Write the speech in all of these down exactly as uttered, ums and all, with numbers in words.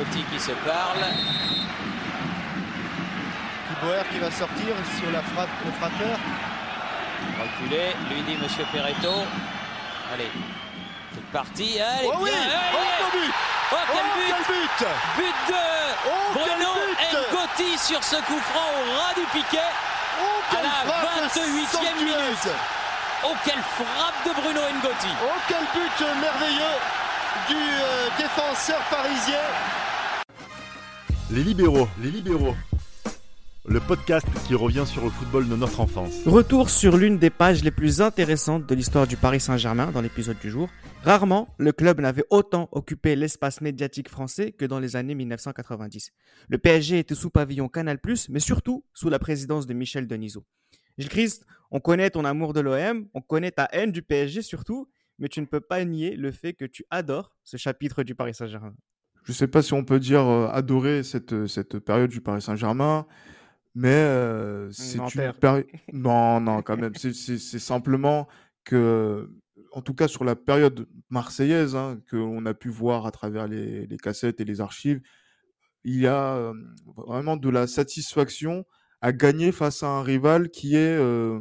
Gotti qui se parlent. Boer qui va sortir sur la frappe, le frappeur. Reculé, lui dit Monsieur Perretto. Allez, c'est parti. Allez, oh bien. oui Allez. Oh, but Oh, quel oh, but, quel but But de oh, Bruno but Gotti sur ce coup franc au ras du piquet. Oh, à la vingt-huitième minute. Oh, quelle frappe de Bruno Gotti. Oh, quel but merveilleux du euh, défenseur parisien. Les libéraux, les libéraux. Le podcast qui revient sur le football de notre enfance. Retour sur l'une des pages les plus intéressantes de l'histoire du Paris Saint-Germain dans l'épisode du jour. Rarement, le club n'avait autant occupé l'espace médiatique français que dans les années dix-neuf cent quatre-vingt-dix. Le P S G était sous pavillon Canal plus, mais surtout sous la présidence de Michel Denisot. Gilles Christ, on connaît ton amour de l'O M, on connaît ta haine du P S G surtout, mais tu ne peux pas nier le fait que tu adores ce chapitre du Paris Saint-Germain. Je ne sais pas si on peut dire euh, adorer cette, cette période du Paris Saint-Germain. Mais euh, c'est une période. Non, non, quand même. C'est, c'est, c'est simplement que, en tout cas sur la période marseillaise, hein, qu'on a pu voir à travers les, les cassettes et les archives, il y a euh, vraiment de la satisfaction à gagner face à un rival qui est, euh,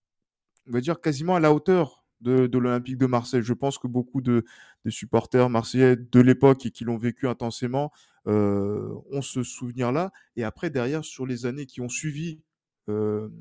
on va dire, quasiment à la hauteur de, de l'Olympique de Marseille. Je pense que beaucoup de, de supporters marseillais de l'époque et qui l'ont vécu intensément euh, ont ce souvenir-là. Et après, derrière, sur les années qui ont suivi euh,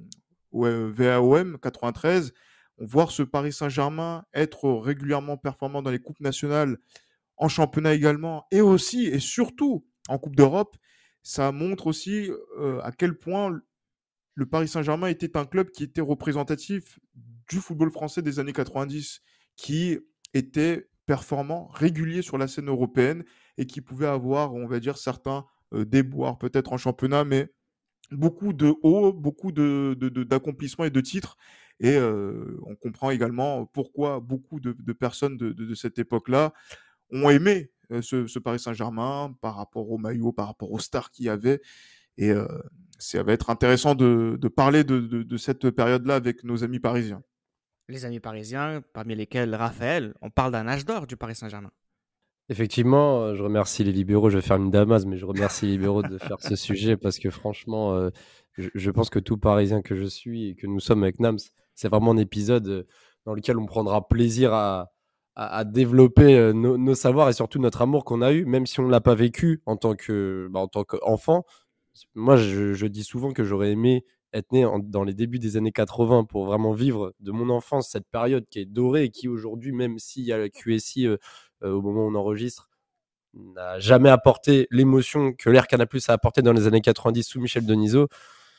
V A O M quatre-vingt-treize, on voit ce Paris Saint-Germain être régulièrement performant dans les coupes nationales, en championnat également, et aussi et surtout en Coupe d'Europe. Ça montre aussi euh, à quel point le Paris Saint-Germain était un club qui était représentatif du football français des années quatre-vingt-dix, qui était performant, régulier sur la scène européenne et qui pouvait avoir, on va dire, certains euh, déboires peut-être en championnat, mais beaucoup de hauts, beaucoup de, de, de, d'accomplissements et de titres. Et euh, on comprend également pourquoi beaucoup de, de personnes de, de, de cette époque-là ont aimé euh, ce, ce Paris Saint-Germain par rapport au maillot, par rapport aux stars qu'il y avait. Et euh, ça va être intéressant de, de parler de, de, de cette période-là avec nos amis parisiens. Les amis parisiens, parmi lesquels Raphaël, on parle d'un âge d'or du Paris Saint-Germain. Effectivement, je remercie les libéraux, je vais faire une Damas, mais je remercie les libéraux de faire ce sujet parce que franchement, euh, je, je pense que tout Parisien que je suis et que nous sommes avec Nams, c'est vraiment un épisode dans lequel on prendra plaisir à, à, à développer nos, nos savoirs et surtout notre amour qu'on a eu, même si on ne l'a pas vécu en tant que, bah, en tant qu'enfant. Moi, je, je dis souvent que j'aurais aimé être né en, dans les débuts des années quatre-vingts pour vraiment vivre de mon enfance cette période qui est dorée et qui aujourd'hui, même s'il y a la Q S I euh, euh, au moment où on enregistre, n'a jamais apporté l'émotion que l'Air Canal plus a apporté dans les années quatre-vingt-dix sous Michel Denisot.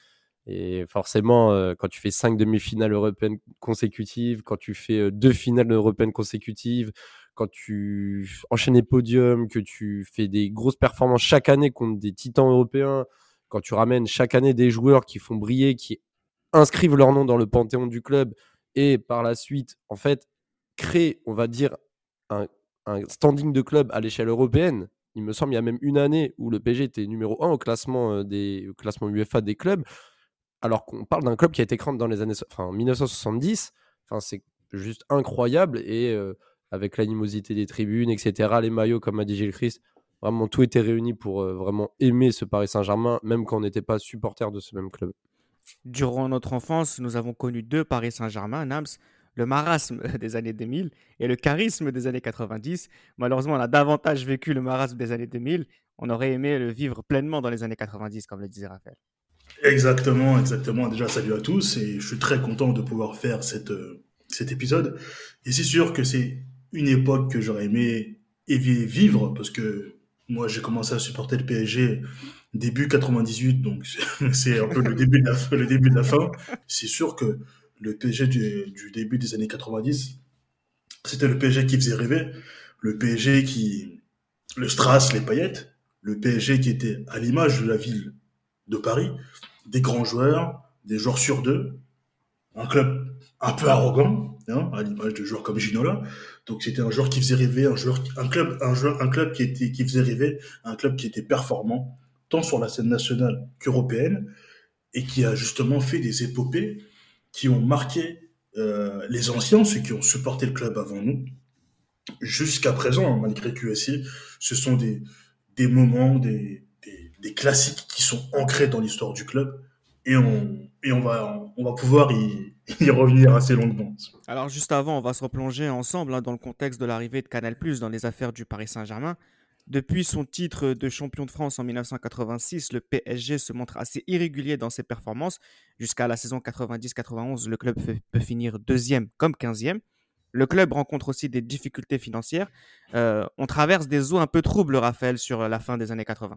Et forcément, euh, quand tu fais cinq demi-finales européennes consécutives, quand tu fais euh, deux finales européennes consécutives, quand tu enchaînes les podiums, que tu fais des grosses performances chaque année contre des titans européens, quand tu ramènes chaque année des joueurs qui font briller, qui inscrivent leur nom dans le panthéon du club et par la suite, en fait, créent, on va dire, un, un standing de club à l'échelle européenne. Il me semble il y a même une année où le P S G était numéro un au classement, euh, des, au classement U E F A des clubs, alors qu'on parle d'un club qui a été créé dans les années enfin, dix-neuf cent soixante-dix. Enfin, c'est juste incroyable et euh, avec l'animosité des tribunes, et cetera, les maillots, comme a dit Gilles Christ, vraiment, tout était réuni pour euh, vraiment aimer ce Paris Saint-Germain, même quand on n'était pas supporter de ce même club. Durant notre enfance, nous avons connu deux Paris Saint-Germain, Nams, le marasme des années deux mille et le charisme des années quatre-vingt-dix. Malheureusement, on a davantage vécu le marasme des années deux mille. On aurait aimé le vivre pleinement dans les années quatre-vingt-dix, comme le disait Raphaël. Exactement, exactement. Déjà, salut à tous et je suis très content de pouvoir faire cette, euh, cet épisode. Et c'est sûr que c'est une époque que j'aurais aimé vivre parce que moi, j'ai commencé à supporter le P S G début quatre-vingt-dix-huit, donc c'est un peu le début de la fin, le début de la fin. C'est sûr que le P S G du, du début des années quatre-vingt-dix, c'était le P S G qui faisait rêver, le P S G qui, le strass, les paillettes, le P S G qui était à l'image de la ville de Paris, des grands joueurs, des joueurs sur deux, un club un peu arrogant, hein, à l'image de joueurs comme Ginola. Donc c'était un joueur qui faisait rêver, un joueur, un club, un joueur, un club qui était, qui faisait rêver, un club qui était performant, tant sur la scène nationale qu'européenne, et qui a justement fait des épopées qui ont marqué euh, les anciens, ceux qui ont supporté le club avant nous, jusqu'à présent, malgré Q S I, ce sont des des moments, des, des, des classiques qui sont ancrés dans l'histoire du club. Et on, et on, va, on va pouvoir y, y revenir assez longuement. Alors juste avant, on va se replonger ensemble hein, dans le contexte de l'arrivée de Canal+, dans les affaires du Paris Saint-Germain. Depuis son titre de champion de France en mille neuf cent quatre-vingt-six, le P S G se montre assez irrégulier dans ses performances. Jusqu'à la saison quatre-vingt-dix quatre-vingt-onze, le club peut finir deuxième comme quinzième. Le club rencontre aussi des difficultés financières. Euh, on traverse des eaux un peu troubles, Raphaël, sur la fin des années quatre-vingts.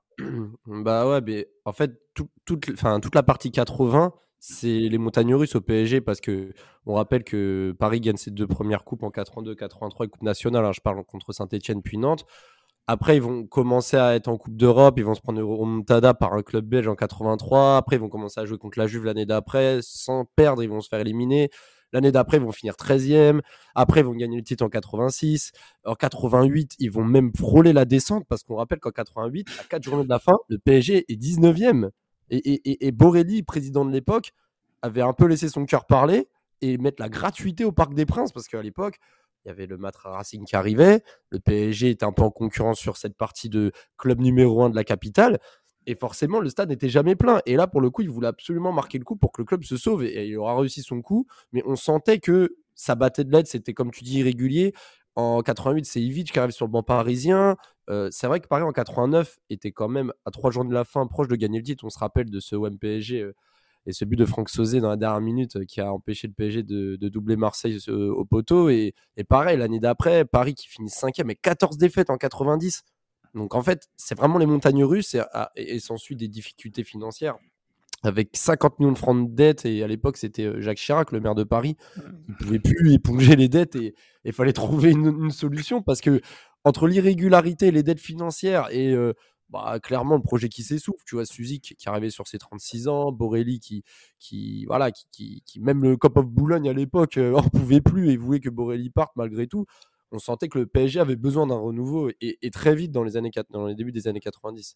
Bah ouais, mais en fait, tout, toute, enfin, toute la partie quatre-vingts, c'est les montagnes russes au P S G parce que on rappelle que Paris gagne ses deux premières coupes en quatre-vingt-deux quatre-vingt-trois, Coupe nationale. Hein, je parle contre Saint-Etienne puis Nantes. Après, ils vont commencer à être en Coupe d'Europe. Ils vont se prendre une remontada par un club belge en quatre-vingt-trois. Après, ils vont commencer à jouer contre la Juve l'année d'après. Sans perdre, ils vont se faire éliminer. L'année d'après, ils vont finir treizième. Après, ils vont gagner le titre en quatre-vingt-six. En quatre-vingt-huit, ils vont même frôler la descente parce qu'on rappelle qu'en quatre-vingt-huit, à quatre journées de la fin, le P S G est dix-neuvième. Et, et, et, et Borelli, président de l'époque, avait un peu laissé son cœur parler et mettre la gratuité au Parc des Princes parce qu'à l'époque, il y avait le Matra Racing qui arrivait. Le P S G était un peu en concurrence sur cette partie de club numéro un de la capitale. Et forcément, le stade n'était jamais plein. Et là, pour le coup, il voulait absolument marquer le coup pour que le club se sauve. Et il aura réussi son coup. Mais on sentait que ça battait de l'aide. C'était, comme tu dis, irrégulier. En quatre-vingt-huit, c'est Ivic qui arrive sur le banc parisien. Euh, c'est vrai que Paris, en quatre-vingt-neuf, était quand même à trois jours de la fin, proche de gagner le titre. On se rappelle de ce O M P S G euh, et ce but de Franck Sauzet dans la dernière minute euh, qui a empêché le P S G de, de doubler Marseille euh, au poteau. Et, et pareil, l'année d'après, Paris qui finit cinquième et quatorze défaites en quatre-vingt-dix. Donc en fait, c'est vraiment les montagnes russes et, et, et s'ensuit des difficultés financières avec cinquante millions de francs de dettes. Et à l'époque, c'était Jacques Chirac, le maire de Paris. Il ne pouvait plus éponger les dettes et il fallait trouver une, une solution parce que entre l'irrégularité, les dettes financières et euh, bah, clairement le projet qui s'essouffle, tu vois, Suzik qui arrivait sur ses trente-six ans, Borelli qui, qui voilà, qui, qui, qui même le Cop of Boulogne à l'époque euh, en pouvait plus et voulait que Borelli parte malgré tout. On sentait que le P S G avait besoin d'un renouveau et, et très vite dans les, années, dans les débuts des années quatre-vingt-dix.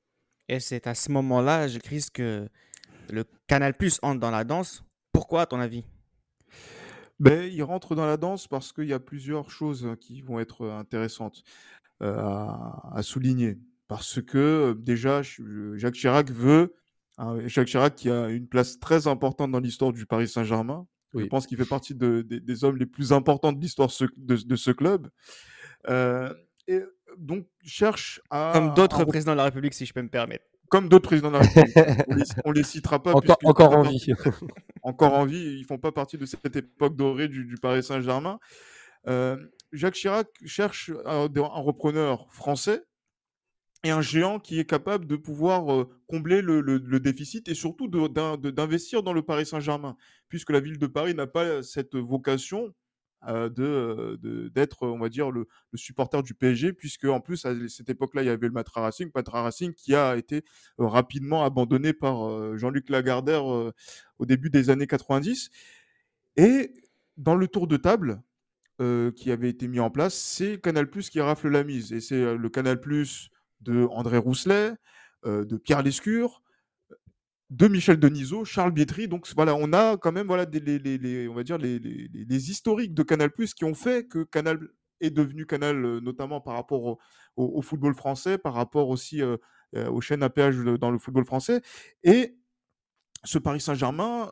Et c'est à ce moment-là, je crie que le Canal+ entre dans la danse. Pourquoi, à ton avis ? Ben, il rentre dans la danse parce qu'il y a plusieurs choses qui vont être intéressantes euh, à, à souligner. Parce que déjà, Jacques Chirac veut, hein, Jacques Chirac qui a une place très importante dans l'histoire du Paris Saint-Germain. Oui. Je pense qu'il fait partie de, de, des hommes les plus importants de l'histoire de, de ce club. Euh, et donc, cherche à... Comme d'autres à... présidents de la République, si je peux me permettre. Comme d'autres présidents de la République. on ne les, les citera pas. Encore, encore en vie. encore en vie. Ils ne font pas partie de cette époque dorée du, du Paris Saint-Germain. Euh, Jacques Chirac cherche un, un repreneur français et un géant qui est capable de pouvoir euh, combler le, le, le déficit et surtout de, de, d'investir dans le Paris Saint-Germain, puisque la ville de Paris n'a pas cette vocation euh, de, de, d'être, on va dire, le, le supporter du P S G, puisque en plus, à cette époque-là, il y avait le Matra Racing, Matra Racing qui a été euh, rapidement abandonné par euh, Jean-Luc Lagardère euh, au début des années quatre-vingt-dix. Et dans le tour de table euh, qui avait été mis en place, c'est Canal+, qui rafle la mise. Et c'est euh, le Canal+, de André Rousselet, euh, de Pierre Lescure, de Michel Denisot, Charles Bietri. Donc voilà, on a quand même voilà des, les, les, les, on va dire les, les, les historiques de Canal+ qui ont fait que Canal est devenu Canal, euh, notamment par rapport au, au, au football français, par rapport aussi euh, euh, aux chaînes à péage dans le football français. Et ce Paris Saint-Germain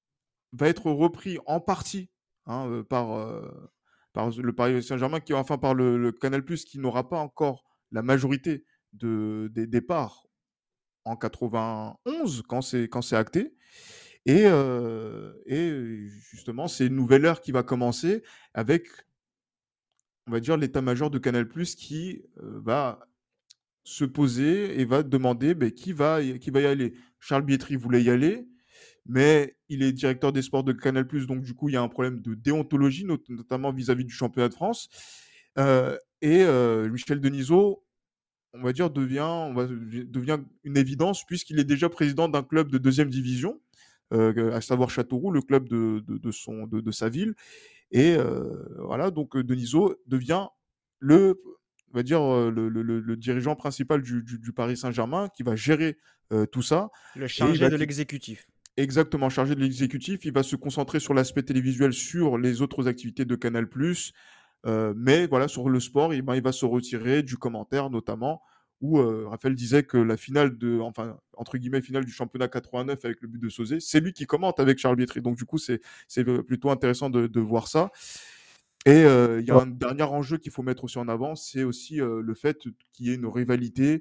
va être repris en partie hein, euh, par, euh, par le Paris Saint-Germain, qui enfin par le, le Canal+, qui n'aura pas encore la majorité de, des départs en quatre-vingt-onze, quand c'est, quand c'est acté. Et, euh, et justement, c'est une nouvelle ère qui va commencer avec, on va dire, l'état-major de Canal+, qui euh, va se poser et va demander ben, qui, va, qui va y aller. Charles Bietri voulait y aller, mais il est directeur des sports de Canal+, donc du coup, il y a un problème de déontologie, not- notamment vis-à-vis du championnat de France. Euh, et euh, Michel Denisot, on va dire, devient, on va, devient une évidence puisqu'il est déjà président d'un club de deuxième division, euh, à savoir Châteauroux, le club de, de, de, son, de, de sa ville. Et euh, voilà, donc Denisot devient le, on va dire, le, le, le, le dirigeant principal du, du, du Paris Saint-Germain qui va gérer euh, tout ça. Le chargé va, de l'exécutif. Exactement, chargé de l'exécutif. Il va se concentrer sur l'aspect télévisuel, sur les autres activités de Canal+. Euh, mais voilà, sur le sport, il, ben, il va se retirer du commentaire, notamment où euh, Raphaël disait que la finale de, enfin, entre guillemets, finale du championnat quatre-vingt-neuf avec le but de Sauzet, c'est lui qui commente avec Charles Bietri. Donc, du coup, c'est, c'est plutôt intéressant de, de voir ça. Et il euh, y a un dernier enjeu qu'il faut mettre aussi en avant, c'est aussi euh, le fait qu'il y ait une rivalité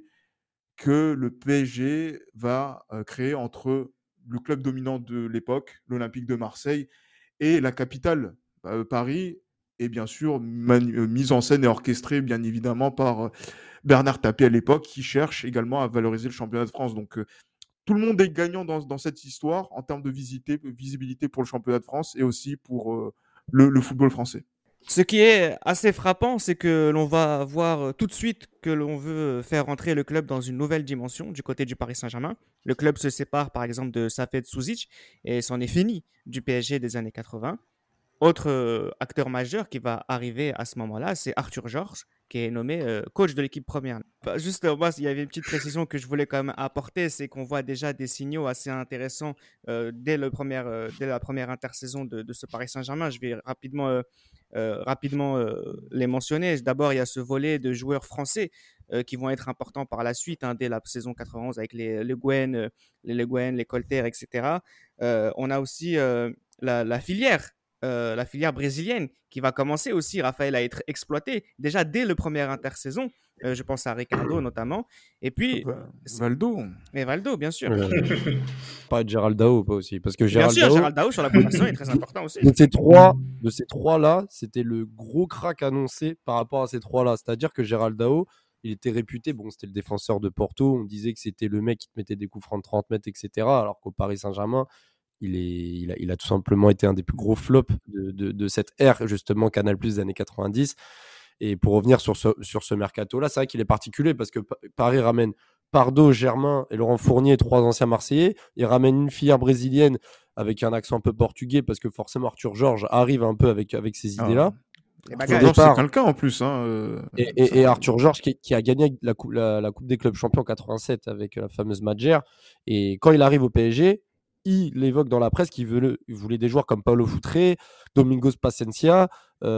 que le P S G va euh, créer entre le club dominant de l'époque, l'Olympique de Marseille, et la capitale, euh, Paris, et bien sûr manu- euh, mise en scène et orchestrée bien évidemment par euh, Bernard Tapie à l'époque, qui cherche également à valoriser le championnat de France. Donc euh, tout le monde est gagnant dans, dans cette histoire en termes de visité- visibilité pour le championnat de France et aussi pour euh, le, le football français. Ce qui est assez frappant, c'est que l'on va voir tout de suite que l'on veut faire entrer le club dans une nouvelle dimension du côté du Paris Saint-Germain. Le club se sépare par exemple de Safet Souzic et c'en est fini du P S G des années quatre-vingts. Autre euh, acteur majeur qui va arriver à ce moment-là, c'est Arthur Georges, qui est nommé euh, coach de l'équipe première. Bah, juste, euh, moi, il y avait une petite précision que je voulais quand même apporter, c'est qu'on voit déjà des signaux assez intéressants euh, dès, le premier, euh, dès la première intersaison de, de ce Paris Saint-Germain. Je vais rapidement, euh, euh, rapidement euh, les mentionner. D'abord, il y a ce volet de joueurs français euh, qui vont être importants par la suite, hein, dès la saison quatre-vingt-onze avec les Le Guen, euh, les Le Guen, les Colter, et cetera. Euh, on a aussi euh, la, la filière Euh, la filière brésilienne qui va commencer aussi, Raphaël, à être exploitée déjà dès le premier intersaison. Euh, je pense à Ricardo notamment. Et puis. Va- Valdo. Et Valdo, bien sûr. Euh, pas de Gérald Dao, pas aussi. Parce que Bien Gérald sûr, Dao, Gérald Dao sur la première saison est très important aussi. de ces trois, de ces trois-là, c'était le gros crack annoncé par rapport à ces trois-là. C'est-à-dire que Gérald Dao, il était réputé, bon, c'était le défenseur de Porto, on disait que c'était le mec qui te mettait des coups francs de trente mètres, et cetera. Alors qu'au Paris Saint-Germain, il, est, il, a, il a tout simplement été un des plus gros flops de, de, de cette ère, justement, Canal+ des années quatre-vingt-dix. Et pour revenir sur ce, sur ce mercato-là, c'est vrai qu'il est particulier parce que Paris ramène Pardo, Germain et Laurent Fournier, trois anciens Marseillais. Il ramène une filière brésilienne avec un accent un peu portugais parce que forcément Arthur Georges arrive un peu avec, avec ces idées-là. Ah. Arthur Georges, c'est quelqu'un en plus. Hein, euh, et, et, et Arthur Georges qui, qui a gagné la coupe, la, la coupe des clubs champions en quatre-vingt-sept avec la fameuse Madjer. Et quand il arrive au P S G, il évoque dans la presse qu'il veut, il voulait des joueurs comme Paulo Foutré, Domingos Paciencia.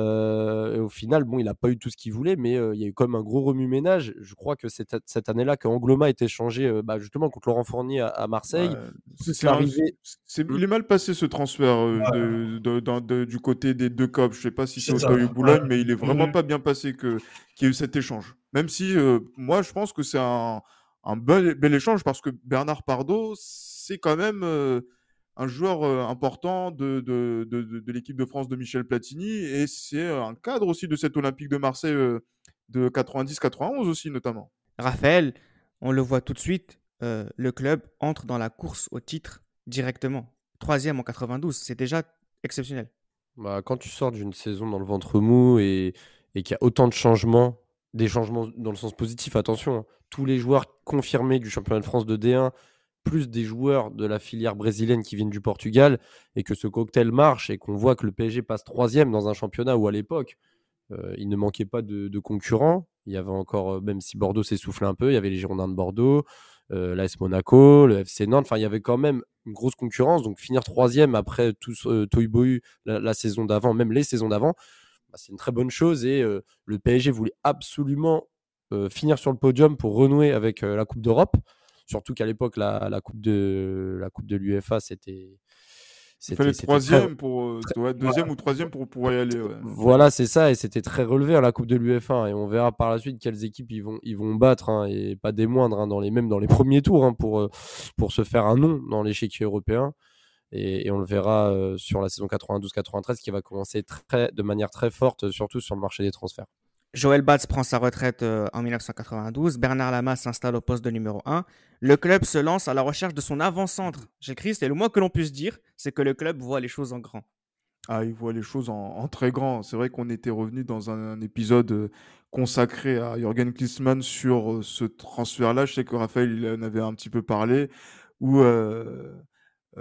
Euh, et au final, bon, il n'a pas eu tout ce qu'il voulait, mais euh, il y a eu quand même un gros remue-ménage. Je crois que cette, cette année-là, que Angloma a été échangé euh, bah, justement contre Laurent Fournier à, à Marseille. Ouais, c'est, c'est arrivé... c'est, il est mal passé ce transfert euh, ouais. de, de, de, de, du côté des deux C O P. Je ne sais pas si c'est, c'est au Boulogne, ouais. mais il est vraiment mmh. pas bien passé que, qu'il y ait eu cet échange. Même si euh, moi, je pense que c'est un, un bel, bel échange parce que Bernard Pardo, c'est quand même euh, un joueur euh, important de, de, de, de, de l'équipe de France de Michel Platini et c'est un cadre aussi de cet Olympique de Marseille euh, de quatre-vingt-dix quatre-vingt-onze aussi notamment. Raphaël, on le voit tout de suite, euh, le club entre dans la course au titre directement. Troisième en quatre-vingt-douze, c'est déjà exceptionnel. Bah, quand tu sors d'une saison dans le ventre mou et, et qu'il y a autant de changements, des changements dans le sens positif, attention, hein, tous les joueurs confirmés du championnat de France de D un, plus des joueurs de la filière brésilienne qui viennent du Portugal, et que ce cocktail marche et qu'on voit que le P S G passe troisième dans un championnat où à l'époque, euh, il ne manquait pas de, de concurrents. Il y avait encore, même si Bordeaux s'essoufflait un peu, il y avait les Girondins de Bordeaux, euh, l'A S Monaco, le F C Nantes, enfin il y avait quand même une grosse concurrence, donc finir troisième après tout euh, Toy-Bohu la, la saison d'avant, même les saisons d'avant, bah, c'est une très bonne chose et euh, le P S G voulait absolument euh, finir sur le podium pour renouer avec euh, la Coupe d'Europe, surtout qu'à l'époque la, la Coupe de la Coupe de l'UEFA c'était il fallait troisième très, pour très, ouais, deuxième voilà. ou troisième pour pouvoir y aller. Ouais. Voilà, c'est ça, et c'était très relevé à la Coupe de l'UEFA, et on verra par la suite quelles équipes ils vont, ils vont battre, hein, et pas des moindres, hein, dans les même dans les premiers tours, hein, pour pour se faire un nom dans l'échiquier européen. Et, et on le verra euh, sur la saison quatre-vingt-douze quatre-vingt-treize qui va commencer très, de manière très forte, surtout sur le marché des transferts. Joël Batz prend sa retraite euh, en dix-neuf cent quatre-vingt-douze. Bernard Lama s'installe au poste de numéro un. Le club se lance à la recherche de son avant-centre. J'écris, c'est le moins que l'on puisse dire, c'est que le club voit les choses en grand. Ah, il voit les choses en, en très grand. C'est vrai qu'on était revenu dans un, un épisode euh, consacré à Jürgen Klinsmann sur euh, ce transfert-là. Je sais que Raphaël il en avait un petit peu parlé, où euh, euh,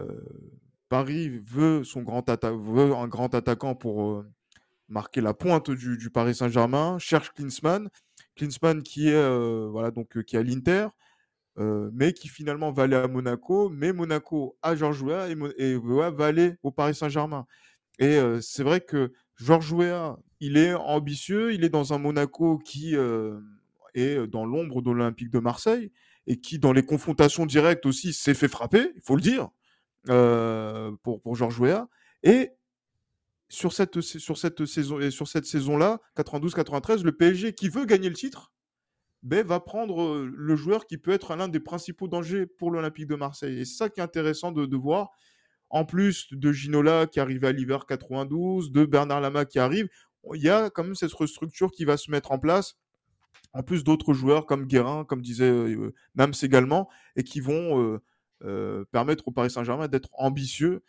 Paris veut, son grand atta- veut un grand attaquant pour... Euh, marquer la pointe du, du Paris Saint-Germain, cherche Klinsmann, Klinsmann qui est euh, voilà donc euh, qui est à l'Inter, euh, mais qui finalement va aller à Monaco, mais Monaco a Georges Weah et, Mo- et Weah va aller au Paris Saint-Germain. Et euh, c'est vrai que Georges Weah, il est ambitieux, il est dans un Monaco qui euh, est dans l'ombre de l'Olympique de Marseille et qui, dans les confrontations directes aussi, s'est fait frapper, il faut le dire, euh, pour, pour Georges Weah. Et sur cette, sur cette saison, et sur cette saison-là, quatre-vingt-douze quatre-vingt-treize, le P S G qui veut gagner le titre, ben, va prendre le joueur qui peut être l'un des principaux dangers pour l'Olympique de Marseille. Et c'est ça qui est intéressant de, de voir. En plus de Ginola qui arrive à l'hiver quatre-vingt-douze, de Bernard Lama qui arrive, il y a quand même cette structure qui va se mettre en place, en plus d'autres joueurs comme Guérin, comme disait euh, Nams également, et qui vont euh, euh, permettre au Paris Saint-Germain d'être ambitieux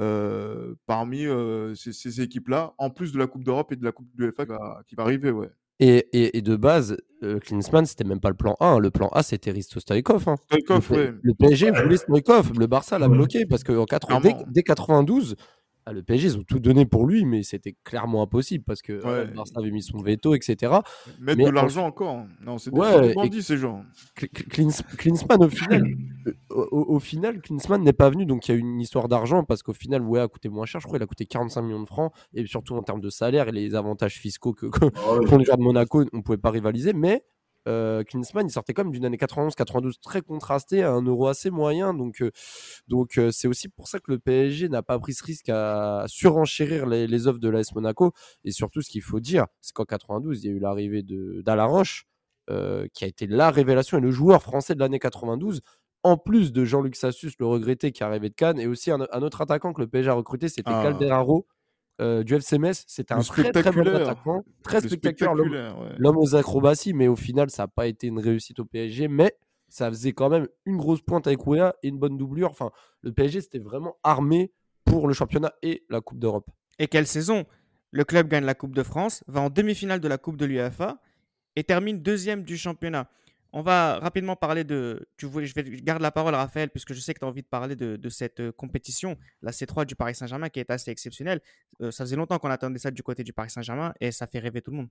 euh, parmi euh, ces, ces équipes-là, en plus de la Coupe d'Europe et de la Coupe de l'UEFA qui va, qui va arriver. Ouais. Et, et, et de base, euh, Klinsmann, c'était même pas le plan A. Hein. Le plan A, c'était Risto Stoïkov. Hein. Stoïkov, le, ouais. le P S G voulait Stoïkov. Le Barça l'a bloqué parce que en quatre, dès, dès quatre-vingt-douze, ah, le P S G, ils ont tout donné pour lui, mais c'était clairement impossible parce que ouais. euh, le Barça avait mis son veto, et cetera. Mettre mais de l'argent encore. Non, c'est des, ouais, des bandits, ces gens. Klinsmann, au final, au, au final, Klinsmann n'est pas venu, donc il y a eu une histoire d'argent parce qu'au final, ouais, a coûté moins cher. Je crois qu'il a coûté quarante-cinq millions de francs et surtout en termes de salaire et les avantages fiscaux que, que oh, oui. pour les joueurs de Monaco, on ne pouvait pas rivaliser. Mais euh, Klinsmann, il sortait quand même d'une année quatre-vingt-onze quatre-vingt-douze très contrastée à un euro assez moyen. Donc, euh, donc euh, c'est aussi pour ça que le P S G n'a pas pris ce risque à surenchérir les, les offres de l'A S Monaco. Et surtout, ce qu'il faut dire, c'est qu'en quatre-vingt-douze, il y a eu l'arrivée de d'Alaroche, euh, qui a été la révélation et le joueur français de l'année quatre-vingt-douze. En plus de Jean-Luc Sassus, le regretté qui arrivait de Cannes, et aussi un, un autre attaquant que le P S G a recruté, c'était ah. Calderaro euh, du F C Metz. C'était un très très bon attaquant, très spectaculaire, l'homme, ouais. l'homme aux acrobaties, mais au final, ça n'a pas été une réussite au P S G, mais ça faisait quand même une grosse pointe avec Weah et une bonne doublure. Enfin, le P S G, c'était vraiment armé pour le championnat et la Coupe d'Europe. Et quelle saison! Le club gagne la Coupe de France, va en demi-finale de la Coupe de l'UEFA et termine deuxième du championnat. On va rapidement parler de... Tu voulais, je vais garde la parole, Raphaël, puisque je sais que tu as envie de parler de, de cette euh, compétition, la C trois du Paris Saint-Germain, qui est assez exceptionnelle. Euh, ça faisait longtemps qu'on attendait ça du côté du Paris Saint-Germain et ça fait rêver tout le monde.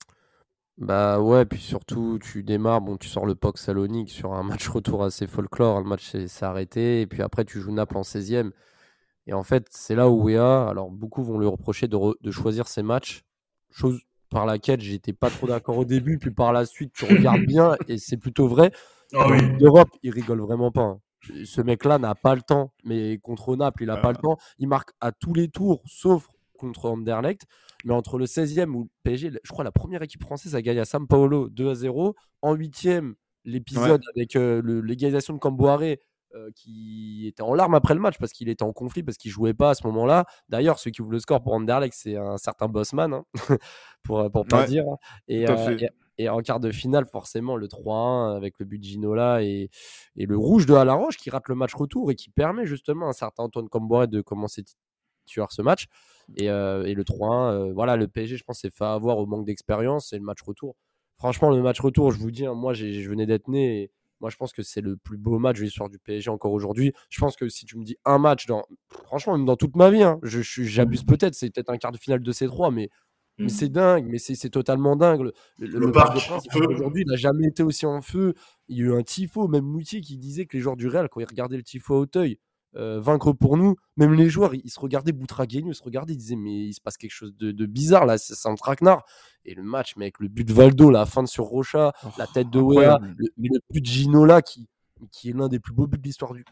Bah ouais, puis surtout, tu démarres, bon, tu sors le P O C Salonique sur un match retour assez folklore, le match s'est, s'est arrêté, et puis après, tu joues Naples en seizième. Et en fait, c'est là où Weah, alors beaucoup vont lui reprocher de, re, de choisir ses matchs, chose par laquelle j'étais pas trop d'accord au début, puis par la suite tu regardes bien et c'est plutôt vrai. Oh oui. D'Europe, il rigole vraiment pas. Hein. Ce mec-là n'a pas le temps, mais contre Naples, il a ah. pas le temps. Il marque à tous les tours, sauf contre Anderlecht. Mais entre le seizième où le P S G, je crois la première équipe française a gagné à São Paulo deux à zéro. En huitième, l'épisode ouais. avec euh, le, l'égalisation de Camboiré, Euh, qui était en larmes après le match parce qu'il était en conflit, parce qu'il jouait pas à ce moment-là. D'ailleurs, celui qui ouvre le score pour Anderlecht, c'est un certain Bosman, hein, pour pour pas ouais, dire. Et, euh, et, et en quart de finale, forcément, le trois à un avec le but de Ginola et, et le rouge de Alaroche qui rate le match retour et qui permet justement à un certain Antoine Camboiré de commencer titulaire ce match. Et, euh, et le trois à un, euh, voilà, le P S G, je pense, s'est fait avoir au manque d'expérience. Et le match retour, franchement, le match retour, je vous dis, hein, moi, j'ai, je venais d'être né et moi, je pense que c'est le plus beau match de l'histoire du P S G encore aujourd'hui. Je pense que si tu me dis un match, dans, franchement, même dans toute ma vie, hein, je, je, j'abuse peut-être, c'est peut-être un quart de finale de C trois, mais, mmh. mais c'est dingue, mais c'est, c'est totalement dingue. Le, le, le Parc de Prince, aujourd'hui, il n'a jamais été aussi en feu. Il y a eu un tifo, même Moutier, qui disait que les joueurs du Real, quand ils regardaient le tifo à Auteuil, euh, vaincre pour nous, même les joueurs, ils, ils se regardaient Boutragueño, ils se regardaient, ils disaient, mais il se passe quelque chose de, de bizarre, là, c'est, c'est un traquenard. Et le match, mais avec le but de Valdo, la fin de sur Rocha, oh, la tête de Weah, le, le but de Ginola, qui qui est l'un des plus beaux buts de l'histoire du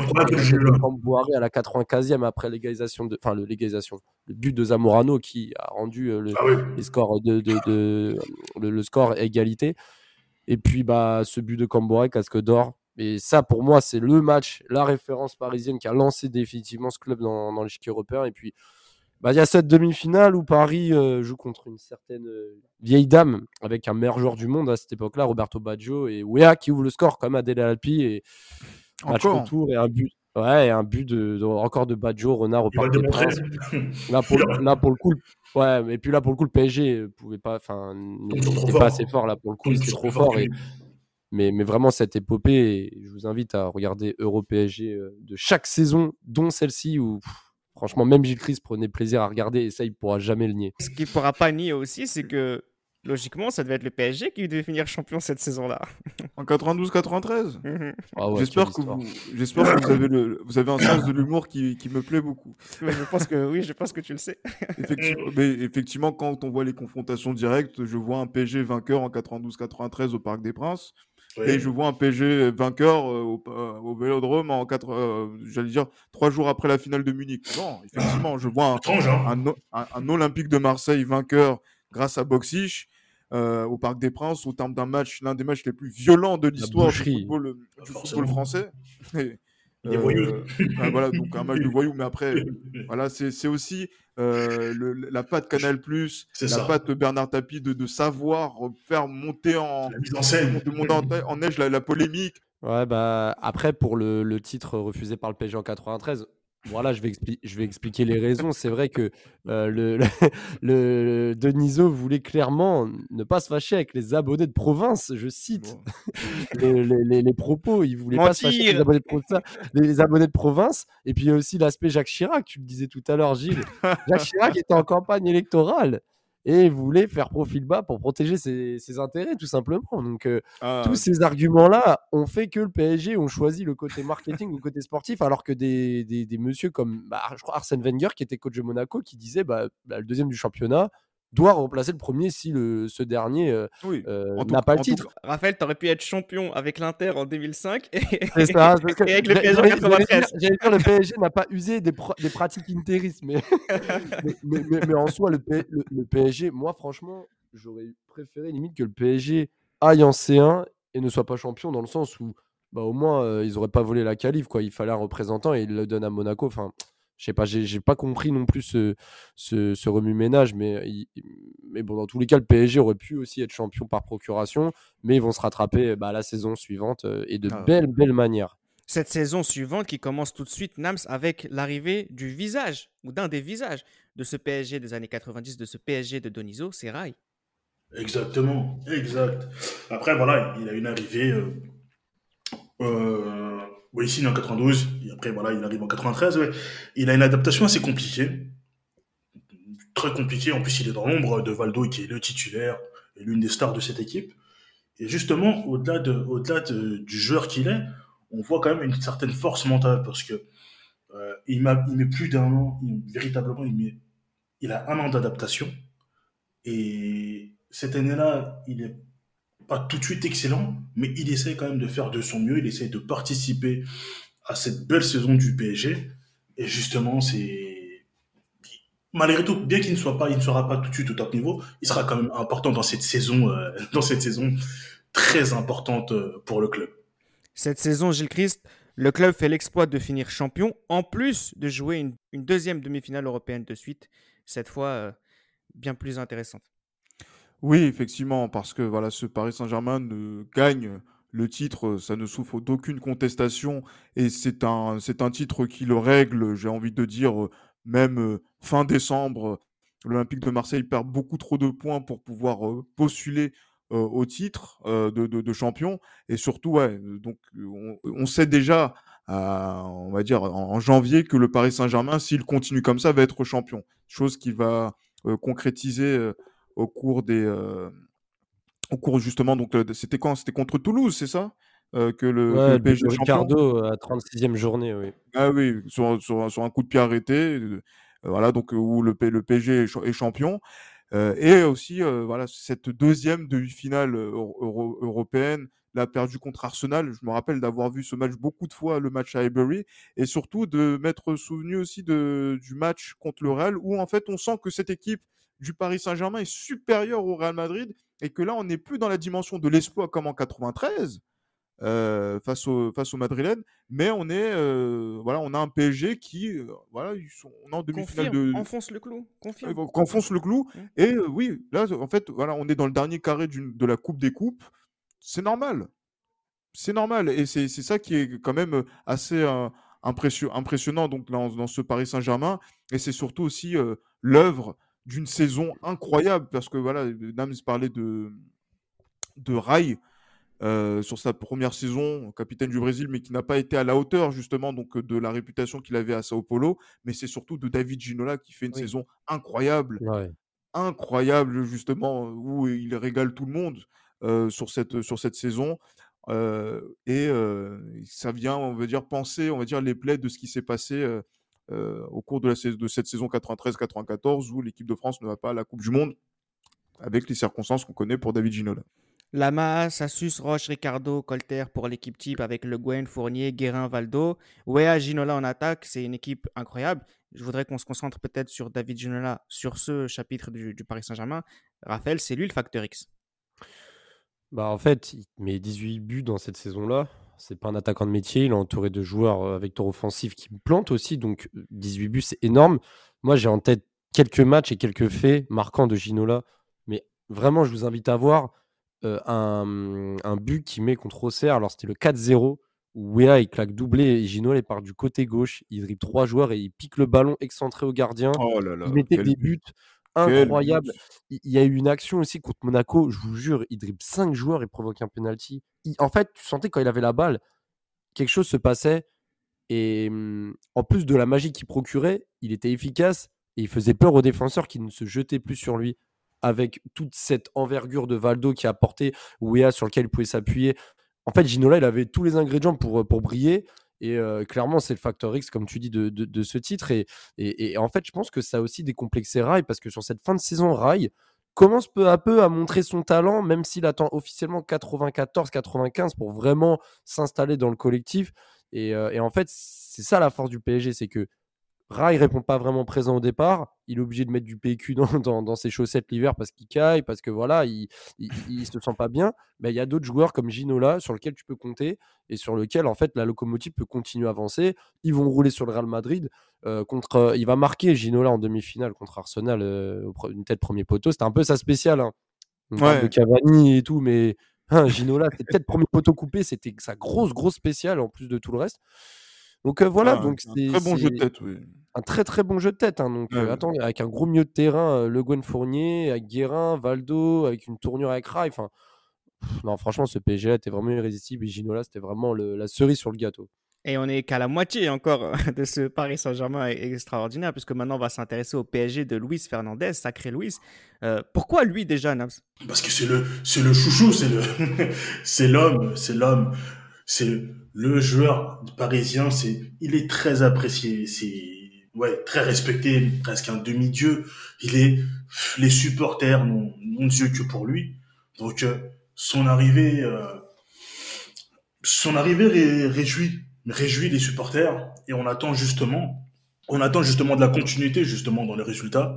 Camboiré à la quatre-vingt-quinzième après l'égalisation de enfin le l'égalisation le but de Zamorano qui a rendu le ah oui. les scores de, de, de le, le score égalité et puis bah ce but de Camboiré, casque d'or, et ça pour moi c'est le match, la référence parisienne qui a lancé définitivement ce club dans, dans l'échiquier européen. Et puis bah, il y a cette demi-finale où Paris euh, joue contre une certaine euh, vieille dame avec un meilleur joueur du monde à cette époque-là, Roberto Baggio, et Weah qui ouvre le score comme à Dele Alpi, et match retour et un but, ouais, et un but de, de encore de Baggio, Renard au Parc des Princes. Là pour, là pour le coup, ouais, et puis là pour le coup le P S G pouvait pas, enfin, n'était pas assez fort là pour le coup, c'était trop fort. Et mais mais vraiment cette épopée, et je vous invite à regarder Euro P S G de chaque saison, dont celle-ci où franchement, même Gilles Christ prenait plaisir à regarder, et ça, il ne pourra jamais le nier. Ce qu'il ne pourra pas nier aussi, c'est que Logiquement, ça devait être le P S G qui devait finir champion cette saison-là. En quatre-vingt-douze quatre-vingt-treize. Mhm. Ah ouais, J'espère quelle que histoire. vous, j'espère que vous avez le, vous avez un sens de l'humour qui, qui me plaît beaucoup. Mais je pense que oui, je pense que tu le sais. Effectivement, mais effectivement, quand on voit les confrontations directes, je vois un P S G vainqueur en quatre-vingt-douze quatre-vingt-treize au Parc des Princes, Oui. et je vois un P S G vainqueur euh, au, euh, au Vélodrome en quatre, euh, j'allais dire trois jours après la finale de Munich. Non, effectivement, je vois un, Étrange, hein. un, o- un- un Olympique de Marseille vainqueur grâce à Boxic euh, au Parc des Princes, au terme d'un match, l'un des matchs les plus violents de l'histoire du boucherie. football, euh, Pas du forcément. football français. Et, Des voyous. euh, ah, voilà, donc un match de voyous, mais après, voilà, c'est c'est aussi euh, le- la patte Canal+, C'est la ça. patte Bernard Tapie de, de savoir faire monter en, La mise en de scène. monter en, en neige la, la polémique. Ouais, bah après, pour le, le titre refusé par le P S G en quatre-vingt-treize, voilà, je vais, expli- je vais expliquer les raisons. C'est vrai que euh, le, le, le- Denisot voulait clairement ne pas se fâcher avec les abonnés de province. Je cite Bon. les, les- les- les propos. Il voulait pas se fâcher avec les Mentir. abonnés de, pro- les, les abonnés de province. Et puis il y a aussi l'aspect Jacques Chirac, tu le disais tout à l'heure, Gilles. Jacques Chirac était en campagne électorale et voulait faire profil bas pour protéger ses, ses intérêts, tout simplement. Donc, euh, Ah, tous ces arguments-là ont fait que le P S G ont choisi le côté marketing ou le côté sportif, alors que des, des, des messieurs comme bah, je crois Arsène Wenger, qui était coach de Monaco, qui disait bah, bah, le deuxième du championnat doit remplacer le premier si le, ce dernier euh, oui. euh, En tout- n'a pas en le tout titre. Raphaël, t'aurais pu être champion avec l'Inter en deux mille cinq et, C'est ça. c'est que- et avec le J'allais- P S G en j'allais- quatre-vingt-treize. J'allais dire, j'allais dire, le P S G n'a pas usé des, pro- des pratiques intéristes, mais, mais, mais, mais- mais en soi, le, P- le, le P S G, moi, franchement, j'aurais préféré limite que le P S G aille en C un et ne soit pas champion, dans le sens où, bah, au moins, euh, ils n'auraient pas volé la qualif, quoi. Il fallait un représentant et ils le donnent à Monaco. Enfin, je sais pas, j'ai j'ai pas compris non plus ce, ce, ce remue-ménage, mais, il- mais bon, dans tous les cas, le P S G aurait pu aussi être champion par procuration, mais ils vont se rattraper bah, la saison suivante euh, et de Ah. belle, belle manière. Cette saison suivante qui commence tout de suite, Nams, avec l'arrivée du visage, ou d'un des visages de ce P S G des années quatre-vingt-dix, de ce P S G de Denisot, c'est Rai. Exactement, exact. Après, voilà, il a une arrivée. Euh, euh, oui, ici, il est en quatre-vingt-douze. Et après, voilà, il arrive en quatre-vingt-treize. Ouais. Il a une adaptation assez compliquée. Très compliquée. En plus, il est dans l'ombre de Valdo, qui est le titulaire et l'une des stars de cette équipe. Et justement, au-delà, de, au-delà de, du joueur qu'il est, on voit quand même une certaine force mentale parce que euh, il, m'a, il met plus d'un an, il, véritablement, il, met, il a un an d'adaptation. Et cette année-là, il est pas tout de suite excellent, mais il essaie quand même de faire de son mieux, il essaie de participer à cette belle saison du P S G. Et justement, c'est malgré tout, bien qu'il ne soit pas, il ne sera pas tout de suite au top niveau, il sera quand même important dans cette saison, euh, dans cette saison très importante euh, pour le club. Cette saison, Gilles Christ, le club fait l'exploit de finir champion, en plus de jouer une, une deuxième demi-finale européenne de suite, cette fois euh, bien plus intéressante. Oui, effectivement, parce que voilà, ce Paris Saint-Germain ne gagne le titre, ça ne souffre d'aucune contestation et c'est un, c'est un titre qui le règle, j'ai envie de dire, euh, même euh, fin décembre, l'Olympique de Marseille perd beaucoup trop de points pour pouvoir euh, postuler euh, au titre euh, de, de, de champion et surtout, ouais, euh, donc on, on sait déjà, à, on va dire en, en janvier, que le Paris Saint-Germain, s'il continue comme ça, va être champion, chose qui va euh, concrétiser euh, au cours des euh, au cours justement donc euh, c'était quand c'était contre Toulouse, c'est ça Euh, que le que Ouais, le le but P S G de est champion. Ricardo euh, à trente-sixième journée, oui. Ah oui, sur, sur, sur un coup de pied arrêté, euh, voilà donc euh, où le, P- le P S G est, cha- est champion. Euh, et aussi euh, voilà cette deuxième demi-finale euh, euro- européenne, l'a perdu contre Arsenal. Je me rappelle d'avoir vu ce match beaucoup de fois, le match à Highbury, et surtout de m'être souvenu aussi de, du match contre le Real, où en fait on sent que cette équipe du Paris Saint-Germain est supérieure au Real Madrid, et que là on n'est plus dans la dimension de l'exploit comme en quatre-vingt-treize. Euh, face au face aux Madrilènes, mais on est euh, voilà, on a un P S G qui euh, voilà, ils sont on est en demi-finale Confirme, de enfonce le clou, confirme. euh, qu'enfonce le clou. Mm. Et euh, oui, là en fait voilà, on est dans le dernier carré d'une- de la Coupe des Coupes. C'est normal, c'est normal, et c'est c'est ça qui est quand même euh, assez euh, impression- impressionnant donc dans, dans ce Paris Saint-Germain, et c'est surtout aussi euh, l'œuvre d'une saison incroyable parce que voilà, Nams parlait de de Rai euh, sur sa première saison, capitaine du Brésil, mais qui n'a pas été à la hauteur justement donc de la réputation qu'il avait à Sao Paulo. Mais c'est surtout de David Ginola qui fait une Oui. saison incroyable. Ouais. incroyable, justement, où il régale tout le monde euh, sur, cette, sur cette saison. Euh, et euh, ça vient, on va dire, penser, on va dire, les plaies de ce qui s'est passé euh, euh, au cours de, la, de cette saison quatre-vingt-treize quatre-vingt-quatorze, où l'équipe de France ne va pas à la Coupe du Monde, avec les circonstances qu'on connaît pour David Ginola. Lama, Sassus, Roche, Ricardo, Colter pour l'équipe type avec Le Guen, Fournier, Guérin, Valdo. Wea, Ginola en attaque, c'est une équipe incroyable. Je voudrais qu'on se concentre peut-être sur David Ginola, sur ce chapitre du, du Paris Saint-Germain. Raphaël, c'est lui le facteur X. Bah en fait, il met dix-huit buts dans cette saison-là. C'est pas un attaquant de métier. Il est entouré de joueurs euh, vecteurs offensifs qui plantent aussi. Donc euh, dix-huit buts, c'est énorme. Moi, j'ai en tête quelques matchs et quelques faits marquants de Ginola. Mais vraiment, je vous invite à voir euh, un, un but qu'il met contre Auxerre. Alors, c'était le quatre zéro où Wea, il claque doublé et Ginola, il part du côté gauche. Il dribble trois joueurs et il pique le ballon excentré au gardien. Oh là là, Il mettait quel des but. buts incroyables. Il il y a eu une action aussi contre Monaco, je vous jure, il dribble cinq joueurs et provoque un penalty. Il- En fait, tu sentais quand il avait la balle, quelque chose se passait. Et hum, en plus de la magie qu'il procurait, il était efficace et il faisait peur aux défenseurs qui ne se jetaient plus sur lui. Avec toute cette envergure de Valdo qui a apporté Wea sur lequel il pouvait s'appuyer. En fait, Ginola, il avait tous les ingrédients pour, pour briller. Et euh, clairement, c'est le facteur X, comme tu dis, de, de, de ce titre. Et, et, et en fait, je pense que ça a aussi décomplexé Rai parce que sur cette fin de saison, Rai commence peu à peu à montrer son talent, même s'il attend officiellement quatre-vingt-quatorze quatre-vingt-quinze pour vraiment s'installer dans le collectif. Et, euh, et en fait, c'est ça la force du P S G, c'est que Rai répond pas vraiment présent au départ. Il est obligé de mettre du P Q dans, dans, dans ses chaussettes l'hiver parce qu'il caille, parce que voilà, il, il, il se sent pas bien. Mais il y a d'autres joueurs comme Ginola sur lesquels tu peux compter et sur lesquels en fait la locomotive peut continuer à avancer. Ils vont rouler sur le Real Madrid. Euh, contre, euh, il va marquer Ginola en demi-finale contre Arsenal, euh, une tête premier poteau. C'était un peu sa spéciale. Hein. On ouais. parle de Cavani et tout, mais hein, Ginola, c'était peut-être premier poteau coupé, c'était sa grosse grosse spéciale en plus de tout le reste. Donc euh, voilà, ah, donc c'est un très bon jeu de tête, oui. Un très très bon jeu de tête. Hein, donc ouais, euh, ouais. Attends, avec un gros milieu de terrain, euh, Le Guen, Fournier, avec Guérin, Valdo, avec une tournure avec Rai. Enfin, non, franchement, ce P S G était vraiment irrésistible. Et Ginola, c'était vraiment le, la cerise sur le gâteau. Et on n'est qu'à la moitié encore de ce Paris Saint-Germain extraordinaire, puisque maintenant on va s'intéresser au P S G de Luis Fernandez, sacré Luis. Euh, pourquoi lui déjà, Nams ? Parce que c'est le, c'est le chouchou, c'est le, c'est l'homme, c'est l'homme, c'est le joueur parisien. C'est, il est très apprécié, c'est ouais très respecté, presque un demi-dieu. Il est, les supporters n'ont, n'ont Dieu que pour lui. Donc euh, son arrivée, euh, son arrivée ré, réjouit. réjouit les supporters et on attend justement on attend justement de la continuité justement dans les résultats,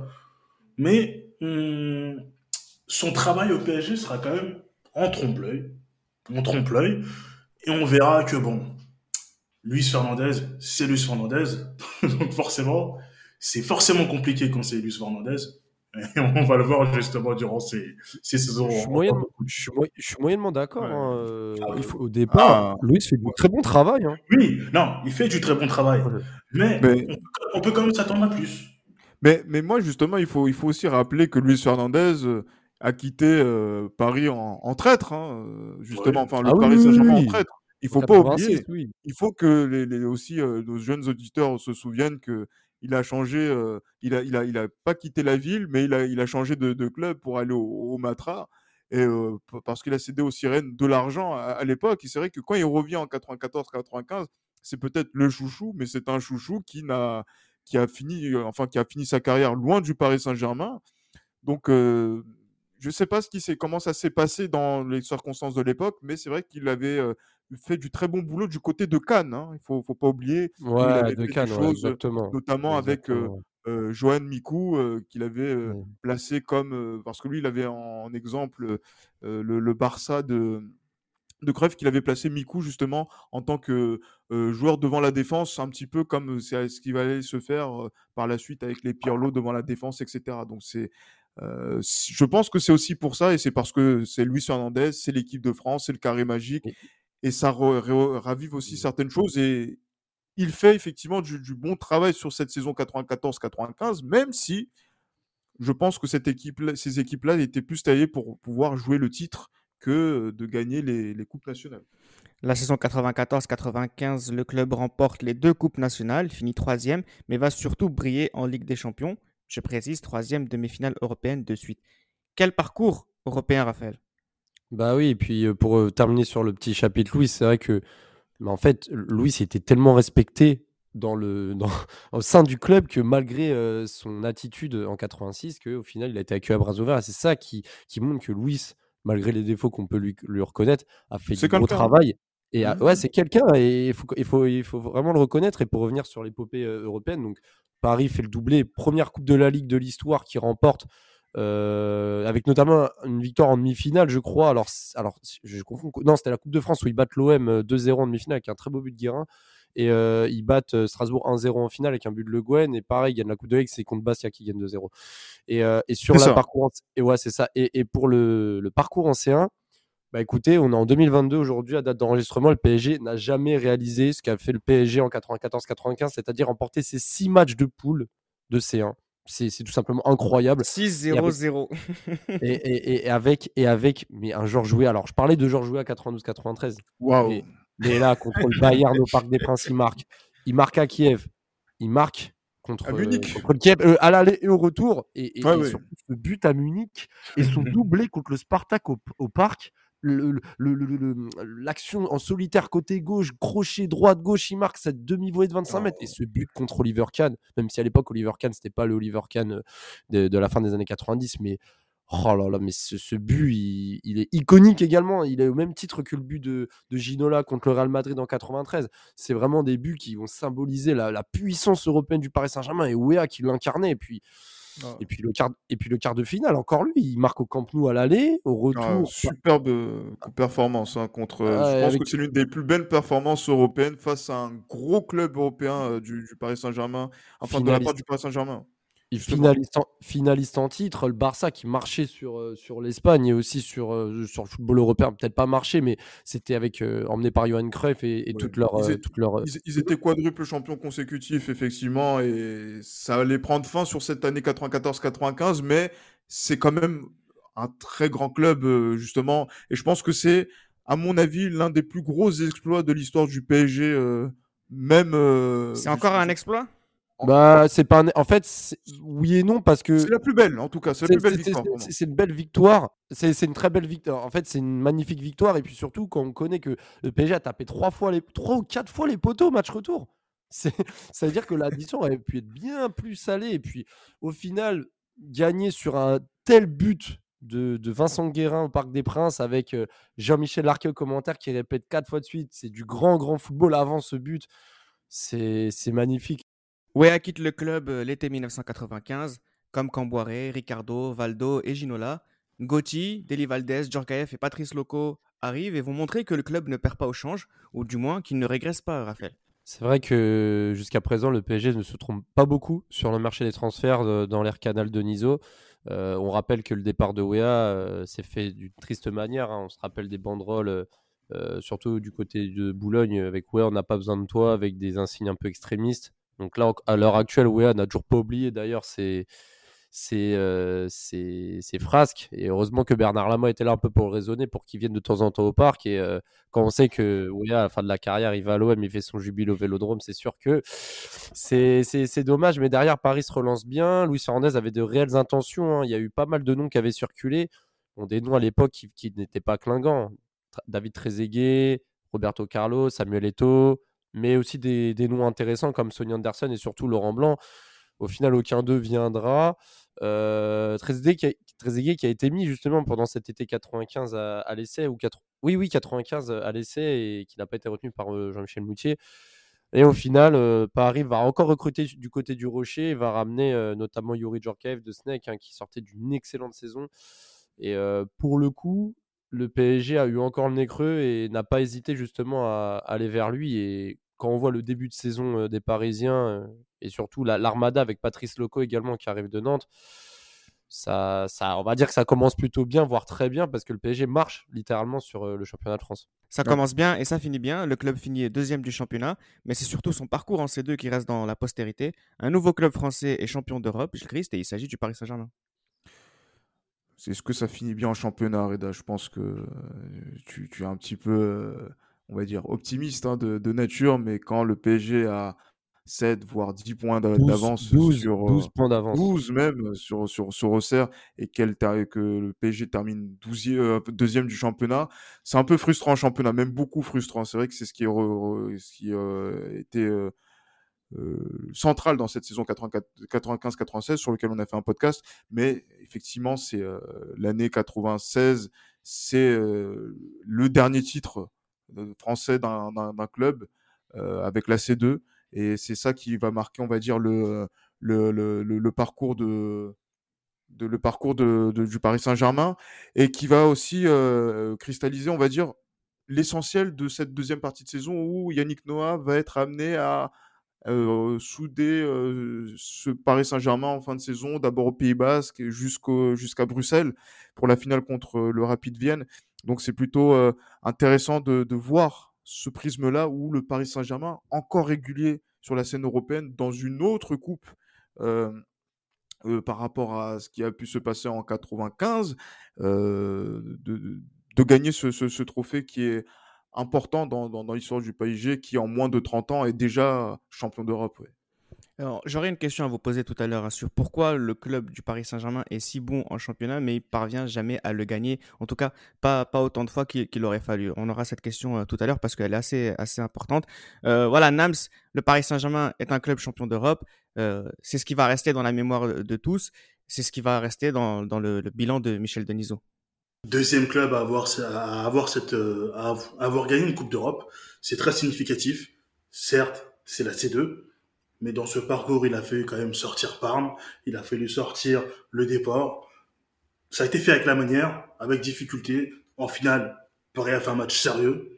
mais hum, son travail au P S G sera quand même en trompe-l'œil en trompe-l'œil et on verra que bon, Luis Fernandez c'est Luis Fernandez donc forcément c'est forcément compliqué quand c'est Luis Fernandez. Et on va le voir justement durant ces, ces saisons. Je suis, moyennement, je suis, moyen, je suis moyennement d'accord. Ouais. Hein. Euh, ah, il faut, au départ, ah, Luis fait du très bon travail. Hein. Oui, non, il fait du très bon travail. Ouais. Mais, mais on, peut, on peut quand même s'attendre à plus. Mais, mais moi, justement, il faut, il faut aussi rappeler que Luis Fernandez a quitté euh, Paris en, en traître. Hein, justement, ouais. enfin, le ah, Paris oui, Saint-Germain oui. en traître. Il ne faut pas oublier. Oui. Il faut que les, les, aussi euh, nos jeunes auditeurs se souviennent que. Il a changé, euh, il a, il a, il a pas quitté la ville, mais il a, il a changé de, de club pour aller au, au Matra, et euh, parce qu'il a cédé aux Sirènes de l'argent à, à l'époque. Et c'est vrai que quand il revient en quatre-vingt-quatorze quatre-vingt-quinze, c'est peut-être le chouchou, mais c'est un chouchou qui n'a, qui a fini, enfin qui a fini sa carrière loin du Paris Saint-Germain. Donc euh, je sais pas ce qui s'est, comment ça s'est passé dans les circonstances de l'époque, mais c'est vrai qu'il avait euh, fait du très bon boulot du côté de Cannes. Hein. Il faut, faut pas oublier. Ouais, il avait de fait Cannes, des choses, ouais, exactement. Notamment exactement. avec euh, euh, Johan Mikou, euh, qu'il avait euh, ouais. placé comme, euh, parce que lui, il avait en, en exemple euh, le, le Barça de de Cruyff, qu'il avait placé Mikou justement en tant que euh, joueur devant la défense, un petit peu comme c'est ce qui va aller se faire euh, par la suite avec les Pirlo devant la défense, et cetera. Donc c'est Euh, je pense que c'est aussi pour ça, et c'est parce que c'est Luis Fernandez, c'est l'équipe de France, c'est le carré magique, et ça re, re, ravive aussi certaines choses, et il fait effectivement du, du bon travail sur cette saison quatre-vingt-quatorze quatre-vingt-quinze, même si je pense que cette équipe, ces équipes-là étaient plus taillées pour pouvoir jouer le titre que de gagner les, les coupes nationales. La saison quatre-vingt-quatorze quatre-vingt-quinze, le club remporte les deux coupes nationales, finit troisième, mais va surtout briller en Ligue des Champions. Je précise, troisième demi-finale européenne de suite. Quel parcours européen, Raphaël? Bah oui, et puis euh, pour euh, terminer sur le petit chapitre Louis, c'est vrai que mais en fait, Louis était tellement respecté dans le, dans, au sein du club que malgré euh, son attitude en quatre-vingt-six, qu'au final, il a été accueilli à bras ouverts. Et c'est ça qui, qui montre que Louis, malgré les défauts qu'on peut lui, lui reconnaître, a fait C'est du gros quelqu'un. travail. Et a- Mmh. ouais, c'est quelqu'un et il faut, il, faut, il faut vraiment le reconnaître. Et pour revenir sur l'épopée euh, européenne, donc Paris fait le doublé, première Coupe de la Ligue de l'histoire qui remporte. Euh, avec notamment une victoire en demi-finale, je crois. Alors, c- alors je confonds. Non, c'était la Coupe de France où ils battent l'O M deux zéro en demi-finale avec un très beau but de Guérin. Et euh, ils battent euh, Strasbourg un zéro en finale avec un but de Le Guen. Et pareil, ils gagnent la Coupe de Ligue, c'est contre Bastia qui gagne deux zéro. Et, euh, et sur C'est la ça. parcours, en... et ouais, c'est ça. Et, et pour le, le parcours en C un, bah écoutez, on est en deux mille vingt-deux aujourd'hui, à date d'enregistrement, le P S G n'a jamais réalisé ce qu'a fait le P S G en quatre-vingt-quatorze quatre-vingt-quinze, c'est-à-dire remporter ses six matchs de poule de C un. C'est, c'est tout simplement incroyable. six Et zéro avec, zéro. et, et- et avec, et avec mais un Georges Weah. Alors, je parlais de Georges Weah à quatre-vingt-douze quatre-vingt-treize. Waouh. Mais, mais là, contre le Bayern au Parc des Princes, il marque. Il marque à Kiev. Il marque contre, À euh, Munich. contre le Kiev euh, à l'aller et au retour. Et, et- Ouais, et ouais. surtout, ce but à Munich et son doublé contre le Spartak au, au Parc. Le- le- le- le- le- L'action en solitaire côté gauche, crochet droite-gauche, il marque cette demi-volée de vingt-cinq mètres. Et ce but contre Oliver Kahn, même si à l'époque, Oliver Kahn, c'était pas le Oliver Kahn euh, de, de la fin des années quatre-vingt-dix, mais oh là là, mais ce, ce but, il, il est iconique également. Il est au même titre que le but de, de Ginola contre le Real Madrid en quatre-vingt-treize. C'est vraiment des buts qui vont symboliser la, la puissance européenne du Paris Saint-Germain et Weah qui l'incarnait. Et puis, Ah. et, puis le quart, et puis le quart de finale, encore lui, il marque au Camp Nou à l'aller, au Ah, retour. superbe euh, performance hein, contre. euh, Ah, je et pense avec- que c'est l'une des plus belles performances européennes face à un gros club européen euh, du, du Paris Saint-Germain. Enfin, de la part Finaliste. du Paris Saint-Germain. Et Justement. finaliste en, finaliste en titre, le Barça qui marchait sur, euh, sur l'Espagne et aussi sur, euh, sur le football européen, peut-être pas marché, mais c'était avec euh, emmené par Johan Cruyff et, et Ouais. toute leur, Ils, euh, étaient, toute leur, euh, ils- ils étaient quadruple champions consécutifs, effectivement, et ça allait prendre fin sur cette année quatre-vingt-quatorze quatre-vingt-quinze, mais c'est quand même un très grand club, euh, justement, et je pense que c'est, à mon avis, l'un des plus gros exploits de l'histoire du P S G, euh, même... euh, C'est je- encore un je- exploit? Bah, c'est pas un- en fait, c'est- oui et non, parce que C'est la plus belle, en tout cas, c'est la c'est plus belle c'est- victoire c'est- pour moi. c'est- c'est une belle victoire. C'est c'est une très belle victoire. En fait, c'est une magnifique victoire. Et puis surtout, quand on connaît que le P S G a tapé trois fois les trois ou quatre fois les poteaux au match retour, c'est ça veut dire que l'addition aurait pu être bien plus salée. Et puis, au final, gagner sur un tel but de, de Vincent Guérin au Parc des Princes avec euh, Jean-Michel Larquet au commentaire qui répète quatre fois de suite, c'est du grand, grand football avant ce but. C'est c'est magnifique. Weah quitte le club euh, l'été mille neuf cent quatre-vingt-quinze, comme Camboire, Ricardo, Valdo et Ginola. Gotti, Deli Valdez, Djorkaeff et Patrice Loco arrivent et vont montrer que le club ne perd pas au change, ou du moins qu'il ne régresse pas, Raphaël. C'est vrai que jusqu'à présent, le P S G ne se trompe pas beaucoup sur le marché des transferts euh, dans l'ère Canal de Nizo. Euh, on rappelle que le départ de Weah euh, s'est fait d'une triste manière, hein. On se rappelle des banderoles, euh, euh, surtout du côté de Boulogne, avec Weah, on n'a pas besoin de toi, avec des insignes un peu extrémistes. Donc là, à l'heure actuelle, Weah n'a toujours pas oublié d'ailleurs ses, ses, euh, ses- ses frasques. Et heureusement que Bernard Lama était là un peu pour le raisonner, pour qu'il vienne de temps en temps au parc. Et euh, quand on sait que Weah, à la fin de la carrière, il va à l'O M, il fait son jubile au Vélodrome, c'est sûr que c'est, c'est, c'est dommage. Mais derrière, Paris se relance bien. Luis Fernandez avait de réelles intentions, hein. Il y a eu pas mal de noms qui avaient circulé. Bon, des noms à l'époque qui, qui n'étaient pas clingants. Tra- David Trezeguet, Roberto Carlos, Samuel Eto'o, mais aussi des, des noms intéressants comme Sonny Anderson et surtout Laurent Blanc. Au final, aucun d'eux viendra. Euh, Trezeguet, qui a, Trezeguet qui a été mis justement pendant cet été quatre-vingt-quinze à, à l'essai, ou quatre- oui, oui, quatre-vingt-quinze à l'essai et qui n'a pas été retenu par euh, Jean-Michel Moutier. Et au final, euh, Paris va encore recruter du côté du Rocher et va ramener euh, notamment Youri Djorkaeff de Snake, hein, qui sortait d'une excellente saison. Et euh, pour le coup, le P S G a eu encore le nez creux et n'a pas hésité justement à, à aller vers lui. Et quand on voit le début de saison euh, des Parisiens euh, et surtout la, l'armada avec Patrice Loco également qui arrive de Nantes, ça, ça, on va dire que ça commence plutôt bien, voire très bien, parce que le P S G marche littéralement sur euh, le championnat de France. Ça commence bien et ça finit bien. Le club finit deuxième du championnat, mais c'est surtout son parcours en C deux qui reste dans la postérité. Un nouveau club français est champion d'Europe, Gilles Christ, et il s'agit du Paris Saint-Germain. C'est ce que ça finit bien en championnat, Reda. Je pense que euh, tu, tu es un petit peu, euh, on va dire, optimiste hein, de, de nature, mais quand le P S G a sept, voire dix points douze, d'avance douze, sur douze points d'avance. douze même sur, sur, sur Auxerre et qu'elle ter- que le P S G termine douzième, euh, deuxième du championnat. C'est un peu frustrant en championnat, même beaucoup frustrant. C'est vrai que c'est ce qui, est re- re- ce qui euh, était euh, euh, central dans cette saison quatre-vingt-quinze quatre-vingt-seize sur lequel on a fait un podcast. Mais effectivement, c'est euh, l'année quatre-vingt-seize, c'est euh, le dernier titre français d'un, d'un, d'un club euh, avec la C deux. Et c'est ça qui va marquer, on va dire, le, le, le, le, le parcours de, de le parcours de, de, du Paris Saint-Germain et qui va aussi euh, cristalliser, on va dire, l'essentiel de cette deuxième partie de saison où Yannick Noah va être amené à euh, souder euh, ce Paris Saint-Germain en fin de saison, d'abord au Pays Basque jusqu'au, jusqu'à Bruxelles pour la finale contre le Rapid Vienne. Donc c'est plutôt euh, intéressant de, de voir ce prisme-là où le Paris Saint-Germain, encore régulier sur la scène européenne, dans une autre coupe euh, euh, par rapport à ce qui a pu se passer en quatre-vingt-quinze, euh, de, de gagner ce, ce, ce trophée qui est important dans, dans, dans l'histoire du P S G, qui en moins de trente ans est déjà champion d'Europe. Ouais. Alors, j'aurais une question à vous poser tout à l'heure hein, sur pourquoi le club du Paris Saint-Germain est si bon en championnat, mais il parvient jamais à le gagner. En tout cas, pas, pas autant de fois qu'il, qu'il aurait fallu. On aura cette question euh, tout à l'heure parce qu'elle est assez, assez importante. Euh, voilà, Nams, le Paris Saint-Germain est un club champion d'Europe. Euh, c'est ce qui va rester dans la mémoire de, de tous. C'est ce qui va rester dans, dans le, le bilan de Michel Denisot. Deuxième club à avoir, à avoir, cette, à avoir gagné une Coupe d'Europe, c'est très significatif. Certes, c'est la C deux, mais dans ce parcours, il a fallu quand même sortir Parme, il a fallu sortir le Déport. Ça a été fait avec la manière, avec difficulté. En finale, Paris a fait un match sérieux.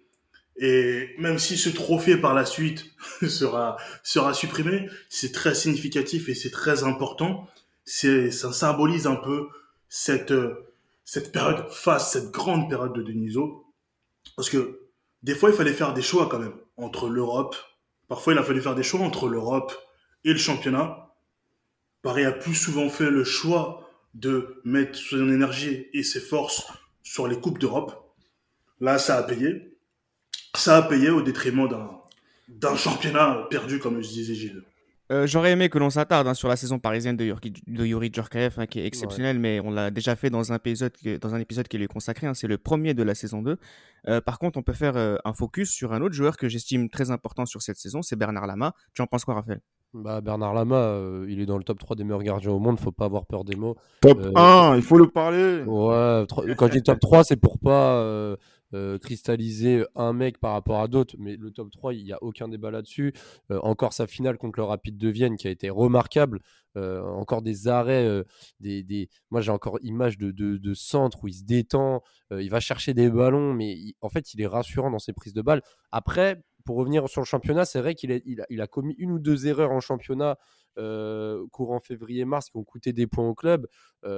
Et même si ce trophée par la suite sera, sera supprimé, c'est très significatif et c'est très important. C'est, ça symbolise un peu cette, cette période face, cette grande période de Denisot. Parce que des fois, il fallait faire des choix quand même entre l'Europe. Parfois, il a fallu faire des choix entre l'Europe et le championnat. Paris a plus souvent fait le choix de mettre son énergie et ses forces sur les Coupes d'Europe. Là, ça a payé. Ça a payé au détriment d'un, d'un championnat perdu, comme je disais Gilles. Euh, j'aurais aimé que l'on s'attarde hein, sur la saison parisienne de Yuri, de Yuri Djorkaeff, hein, qui est exceptionnelle, ouais. Mais on l'a déjà fait dans un épisode, dans un épisode qui lui est consacré. Hein, c'est le premier de la saison deux. Euh, par contre, on peut faire euh, un focus sur un autre joueur que j'estime très important sur cette saison, c'est Bernard Lama. Tu en penses quoi, Raphaël ? Bah, Bernard Lama, euh, il est dans le top trois des meilleurs gardiens au monde, faut pas avoir peur des mots. Top euh, un, il faut le parler. Ouais, quand je dis top trois, c'est pour pas euh, euh, cristalliser un mec par rapport à d'autres, mais le top trois, il n'y a aucun débat là-dessus. Euh, encore sa finale contre le Rapid de Vienne qui a été remarquable. Euh, encore des arrêts, euh, des, des... moi j'ai encore image de, de, de centre où il se détend, euh, il va chercher des ballons, mais il... en fait il est rassurant dans ses prises de balles. Après, pour revenir sur le championnat, c'est vrai qu'il a, il a, il a commis une ou deux erreurs en championnat euh, courant février-mars qui ont coûté des points au club.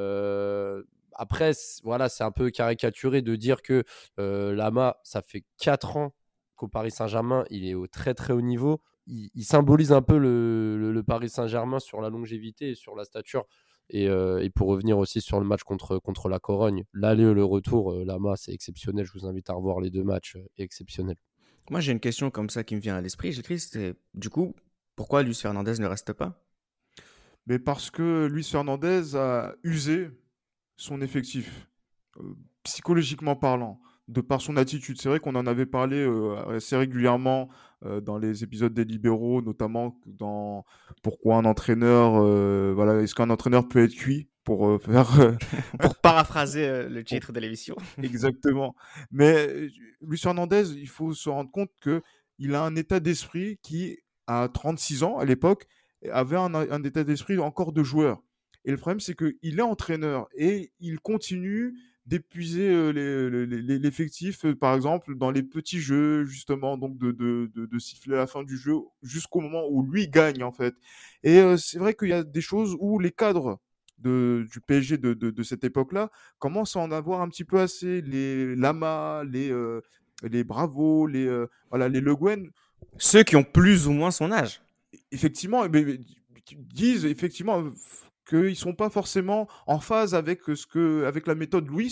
Euh, après, c'est, voilà, c'est un peu caricaturé de dire que euh, Lama, ça fait quatre ans qu'au Paris Saint-Germain, il est au très très haut niveau. Il, il symbolise un peu le, le, le Paris Saint-Germain sur la longévité et sur la stature. Et, euh, et pour revenir aussi sur le match contre, contre la Corogne, l'aller et le retour, euh, Lama, c'est exceptionnel. Je vous invite à revoir les deux matchs, euh, exceptionnels. Moi, j'ai une question comme ça qui me vient à l'esprit, Gilles, c'est du coup, pourquoi Luis Fernandez ne reste pas ? Mais parce que Luis Fernandez a usé son effectif, euh, psychologiquement parlant, de par son attitude. C'est vrai qu'on en avait parlé euh, assez régulièrement euh, dans les épisodes des libéraux, notamment dans pourquoi un entraîneur, euh, voilà, est-ce qu'un entraîneur peut être cuit pour euh, faire euh, pour paraphraser euh, le titre de l'émission. Exactement. Mais Luis Fernandez, il faut se rendre compte que il a un état d'esprit qui, à trente-six ans à l'époque, avait un, un état d'esprit encore de joueur. Et le problème, c'est qu'il est entraîneur et il continue d'épuiser euh, les, les, l'effectif, euh, par exemple, dans les petits jeux, justement, donc de, de, de, de siffler la fin du jeu jusqu'au moment où lui gagne, en fait. Et euh, c'est vrai qu'il y a des choses où les cadres de, du P S G de, de, de cette époque-là commencent à en avoir un petit peu assez. Les Lama, les, euh, les Bravo, les, euh, voilà, les Le Guen. Ceux qui ont plus ou moins son âge. Effectivement, mais, mais, disent effectivement qu'ils ne sont pas forcément en phase avec, ce que, avec la méthode Luis,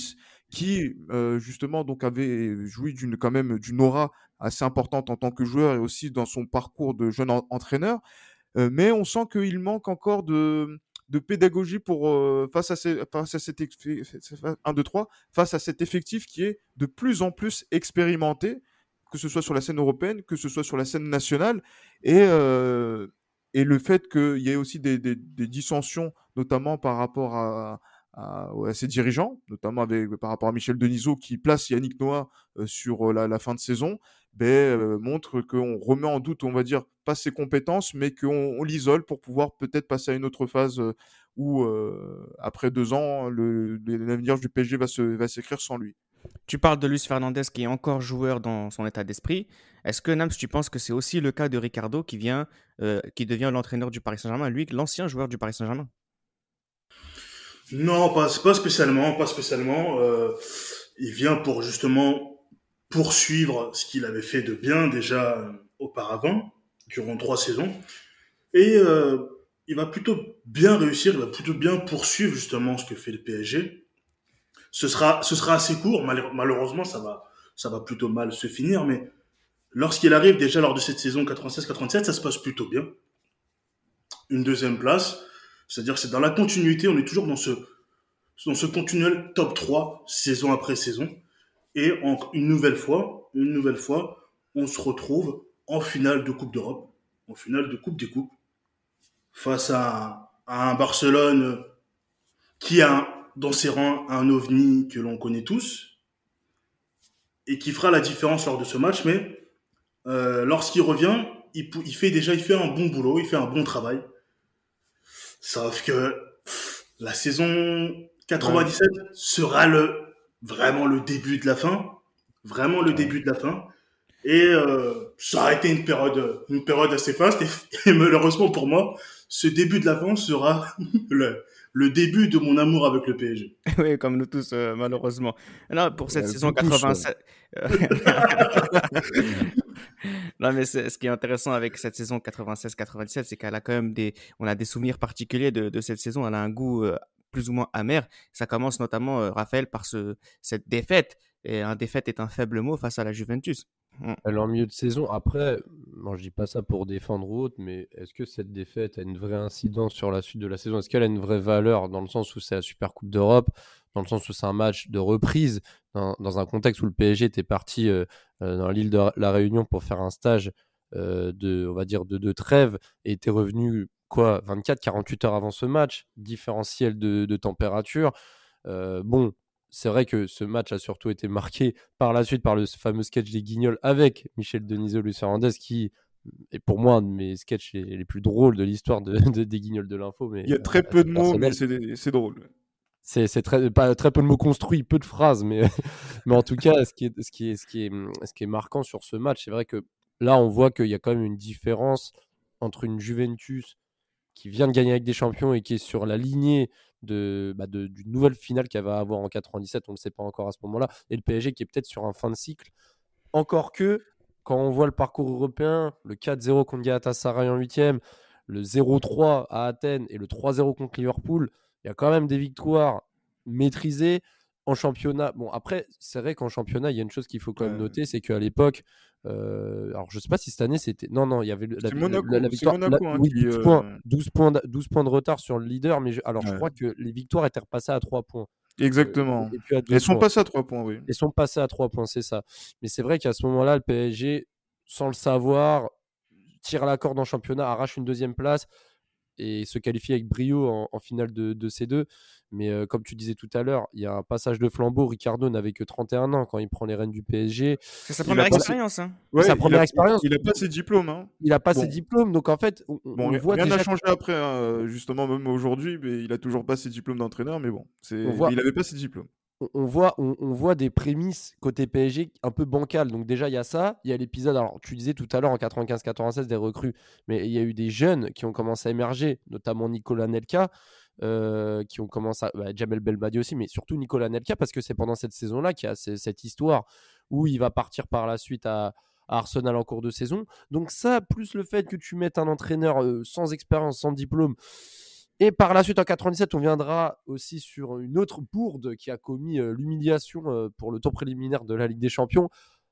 qui euh, justement donc avait joui d'une quand même d'une aura assez importante en tant que joueur et aussi dans son parcours de jeune en- entraîneur. Euh, mais on sent qu'il manque encore de, de pédagogie pour euh, face à ces, face à cet un, deux, trois, face à cet effectif qui est de plus en plus expérimenté, que ce soit sur la scène européenne, que ce soit sur la scène nationale, et euh, et le fait qu'il y ait aussi des, des, des dissensions, notamment par rapport à, à, à ses dirigeants, notamment avec, par rapport à Michel Denisot qui place Yannick Noah euh, sur la, la fin de saison, ben, euh, montre qu'on remet en doute, on va dire, pas ses compétences, mais qu'on on l'isole pour pouvoir peut-être passer à une autre phase euh, où, euh, après deux ans, le, l'avenir du P S G va, se, va s'écrire sans lui. Tu parles de Luis Fernandez qui est encore joueur dans son état d'esprit. Est-ce que, Nams, tu penses que c'est aussi le cas de Ricardo qui, vient, euh, qui devient l'entraîneur du Paris Saint-Germain, lui, l'ancien joueur du Paris Saint-Germain? Non, pas, pas spécialement, pas spécialement. Euh, il vient pour justement poursuivre ce qu'il avait fait de bien déjà euh, auparavant, durant trois saisons. Et euh, il va plutôt bien réussir, il va plutôt bien poursuivre justement ce que fait le P S G. Ce sera, ce sera assez court, mal, malheureusement, ça va, ça va plutôt mal se finir, mais lorsqu'il arrive déjà lors de cette saison quatre-vingt-seize quatre-vingt-dix-sept, ça se passe plutôt bien. Une deuxième place, c'est-à-dire que c'est dans la continuité, on est toujours dans ce, dans ce continuel top trois, saison après saison. Et en, une nouvelle fois, une nouvelle fois, on se retrouve en finale de Coupe d'Europe, en finale de Coupe des Coupes, face à, à un Barcelone qui a dans ses rangs un ovni que l'on connaît tous et qui fera la différence lors de ce match. Mais euh, lorsqu'il revient, il, il fait déjà il fait un bon boulot, il fait un bon travail. Sauf que pff, la saison quatre-vingt-dix-sept ouais. sera le, vraiment le début de la fin. Vraiment le ouais. début de la fin. Et euh, ça a été une période, une période assez faste. Et, et malheureusement pour moi, ce début de la fin sera le, le début de mon amour avec le P S G. Oui, comme nous tous, euh, malheureusement. Là, pour cette ouais, saison quatre-vingt-sept... Non, mais c'est, ce qui est intéressant avec cette saison quatre-vingt-seize quatre-vingt-dix-sept, c'est qu'elle a quand même des... On a des souvenirs particuliers de, de cette saison. Elle a un goût euh, plus ou moins amer. Ça commence notamment, euh, Raphaël, par ce, cette défaite. Et un défaite est un faible mot face à la Juventus. Elle est en milieu de saison. Après, moi je dis pas ça pour défendre ou autre, mais est-ce que cette défaite a une vraie incidence sur la suite de la saison? Est-ce qu'elle a une vraie valeur dans le sens où c'est la Super Coupe d'Europe, dans le sens où c'est un match de reprise, dans, dans un contexte où le P S G était parti euh, dans l'île de la Réunion pour faire un stage euh, de, on va dire, de, de trêve et était revenu quoi, vingt-quatre à quarante-huit heures avant ce match, différentiel de, de température. Euh, bon. C'est vrai que ce match a surtout été marqué par la suite par le fameux sketch des Guignols avec Michel Denisot, Luis Fernandez, qui est pour moi un de mes sketchs les, les plus drôles de l'histoire de, de, des Guignols de l'info. Mais, il y a très euh, peu de mots, mais c'est, c'est drôle. C'est, c'est très, pas, très peu de mots construits, peu de phrases, mais, mais en tout cas, ce qui, est, ce, qui est, ce, qui est, ce qui est marquant sur ce match, c'est vrai que là, on voit qu'il y a quand même une différence entre une Juventus qui vient de gagner avec des champions et qui est sur la lignée de, bah de, d'une nouvelle finale qu'elle va avoir en quatre-vingt-dix-sept, on ne le sait pas encore à ce moment-là, et le P S G qui est peut-être sur un fin de cycle. Encore que, quand on voit le parcours européen, le quatre zéro contre Galatasaray en huitième, le zéro trois à Athènes et le trois zéro contre Liverpool, il y a quand même des victoires maîtrisées. En championnat, bon après, c'est vrai qu'en championnat, il y a une chose qu'il faut quand même noter, c'est qu'à l'époque, euh, alors je sais pas si cette année c'était, non non, il y avait la, Monaco, la, la victoire, Monaco, la, hein, oui, qui, douze, euh... points, douze points, douze points de retard sur le leader, mais je, alors ouais. je crois que les victoires étaient repassées à trois points. Exactement. Euh, et puis à Elles sont points. passées à trois points, oui. Elles sont passées à trois points, c'est ça. Mais c'est vrai qu'à ce moment-là, le P S G, sans le savoir, tire la corde en championnat, arrache une deuxième place et se qualifie avec brio en, en finale de, de C deux. Mais euh, comme tu disais tout à l'heure, il y a un passage de flambeau. Ricardo n'avait que trente et un ans quand il prend les rênes du P S G. C'est sa première expérience. Ses... Hein. Ouais, sa première il a, expérience. Il n'a pas ses diplômes. Hein. Il n'a pas bon. ses diplômes. Donc en fait, on, bon, on voit rien déjà... n'a changé après, hein, justement, même aujourd'hui. Mais il n'a toujours pas ses diplômes d'entraîneur. Mais bon, c'est... Voit... il n'avait pas ses diplômes. On voit, on, on voit des prémices côté P S G un peu bancales. Donc déjà, il y a ça. Il y a l'épisode, alors tu disais tout à l'heure en quatre-vingt-quinze quatre-vingt-seize des recrues, mais il y a eu des jeunes qui ont commencé à émerger, notamment Nicolas Nelka, euh, qui ont commencé à... Bah, Jamel Belmadi aussi, mais surtout Nicolas Nelka, parce que c'est pendant cette saison-là qu'il y a c- cette histoire où il va partir par la suite à, à Arsenal en cours de saison. Donc ça, plus le fait que tu mettes un entraîneur euh, sans expérience, sans diplôme, Et par la suite, en quatre-vingt-dix-sept, on viendra aussi sur une autre bourde qui a commis euh, l'humiliation euh, pour le tour préliminaire de la Ligue des Champions.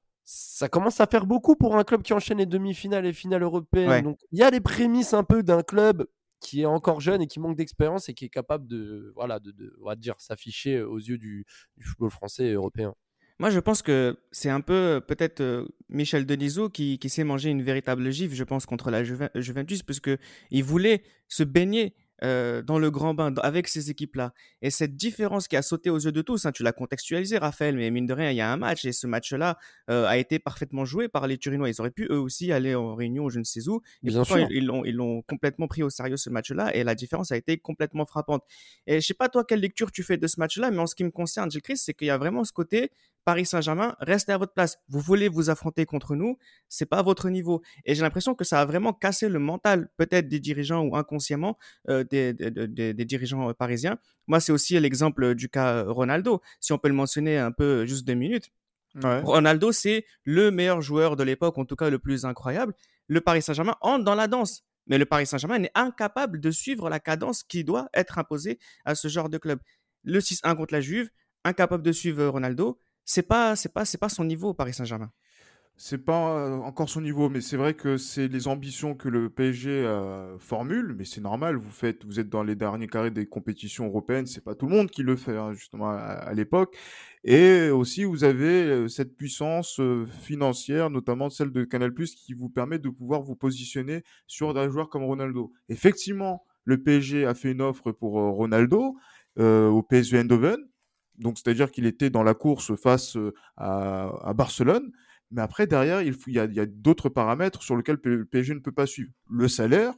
Ça commence à faire beaucoup pour un club qui enchaîne les demi-finales et finales européennes. Ouais. Donc, il y a les prémices un peu d'un club qui est encore jeune et qui manque d'expérience et qui est capable de, voilà, de, de on va dire, s'afficher aux yeux du, du football français et européen. Moi, je pense que c'est un peu peut-être euh, Michel Denisot qui, qui s'est mangé une véritable gifle, je pense, contre la Juve- Juventus, parce qu'il voulait se baigner euh, dans le grand bain dans- avec ces équipes-là. Et cette différence qui a sauté aux yeux de tous, hein, tu l'as contextualisé, Raphaël, mais mine de rien, il y a un match, et ce match-là euh, a été parfaitement joué par les Turinois. Ils auraient pu eux aussi aller en réunion, je ne sais où, et Bien pourtant sûr. ils, ils l'ont, ils l'ont complètement pris au sérieux ce match-là, et la différence a été complètement frappante. Et je sais pas toi quelle lecture tu fais de ce match-là, mais en ce qui me concerne, Gilles Christ, c'est qu'il y a vraiment ce côté Paris Saint-Germain, restez à votre place. Vous voulez vous affronter contre nous, c'est pas à votre niveau. Et j'ai l'impression que ça a vraiment cassé le mental, peut-être des dirigeants ou inconsciemment euh, des, des, des, des dirigeants euh, parisiens. Moi, c'est aussi l'exemple du cas euh, Ronaldo, si on peut le mentionner un peu juste deux minutes. Ouais. Ronaldo, c'est le meilleur joueur de l'époque, en tout cas le plus incroyable. Le Paris Saint-Germain entre dans la danse. Mais le Paris Saint-Germain est incapable de suivre la cadence qui doit être imposée à ce genre de club. Le six un contre la Juve, incapable de suivre Ronaldo, c'est pas, c'est pas, c'est pas son niveau au Paris Saint-Germain. C'est pas euh, encore son niveau, mais c'est vrai que c'est les ambitions que le P S G euh, formule, mais c'est normal. Vous faites, vous êtes dans les derniers carrés des compétitions européennes, c'est pas tout le monde qui le fait hein, justement à, à l'époque. Et aussi, vous avez euh, cette puissance euh, financière, notamment celle de Canal+, qui vous permet de pouvoir vous positionner sur un joueur comme Ronaldo. Effectivement, le P S G a fait une offre pour euh, Ronaldo euh, au P S V Eindhoven, donc c'est-à-dire qu'il était dans la course face euh, à, à Barcelone. Mais après, derrière, il, faut, il y a, il y a d'autres paramètres sur lesquels le P S G ne peut pas suivre. Le salaire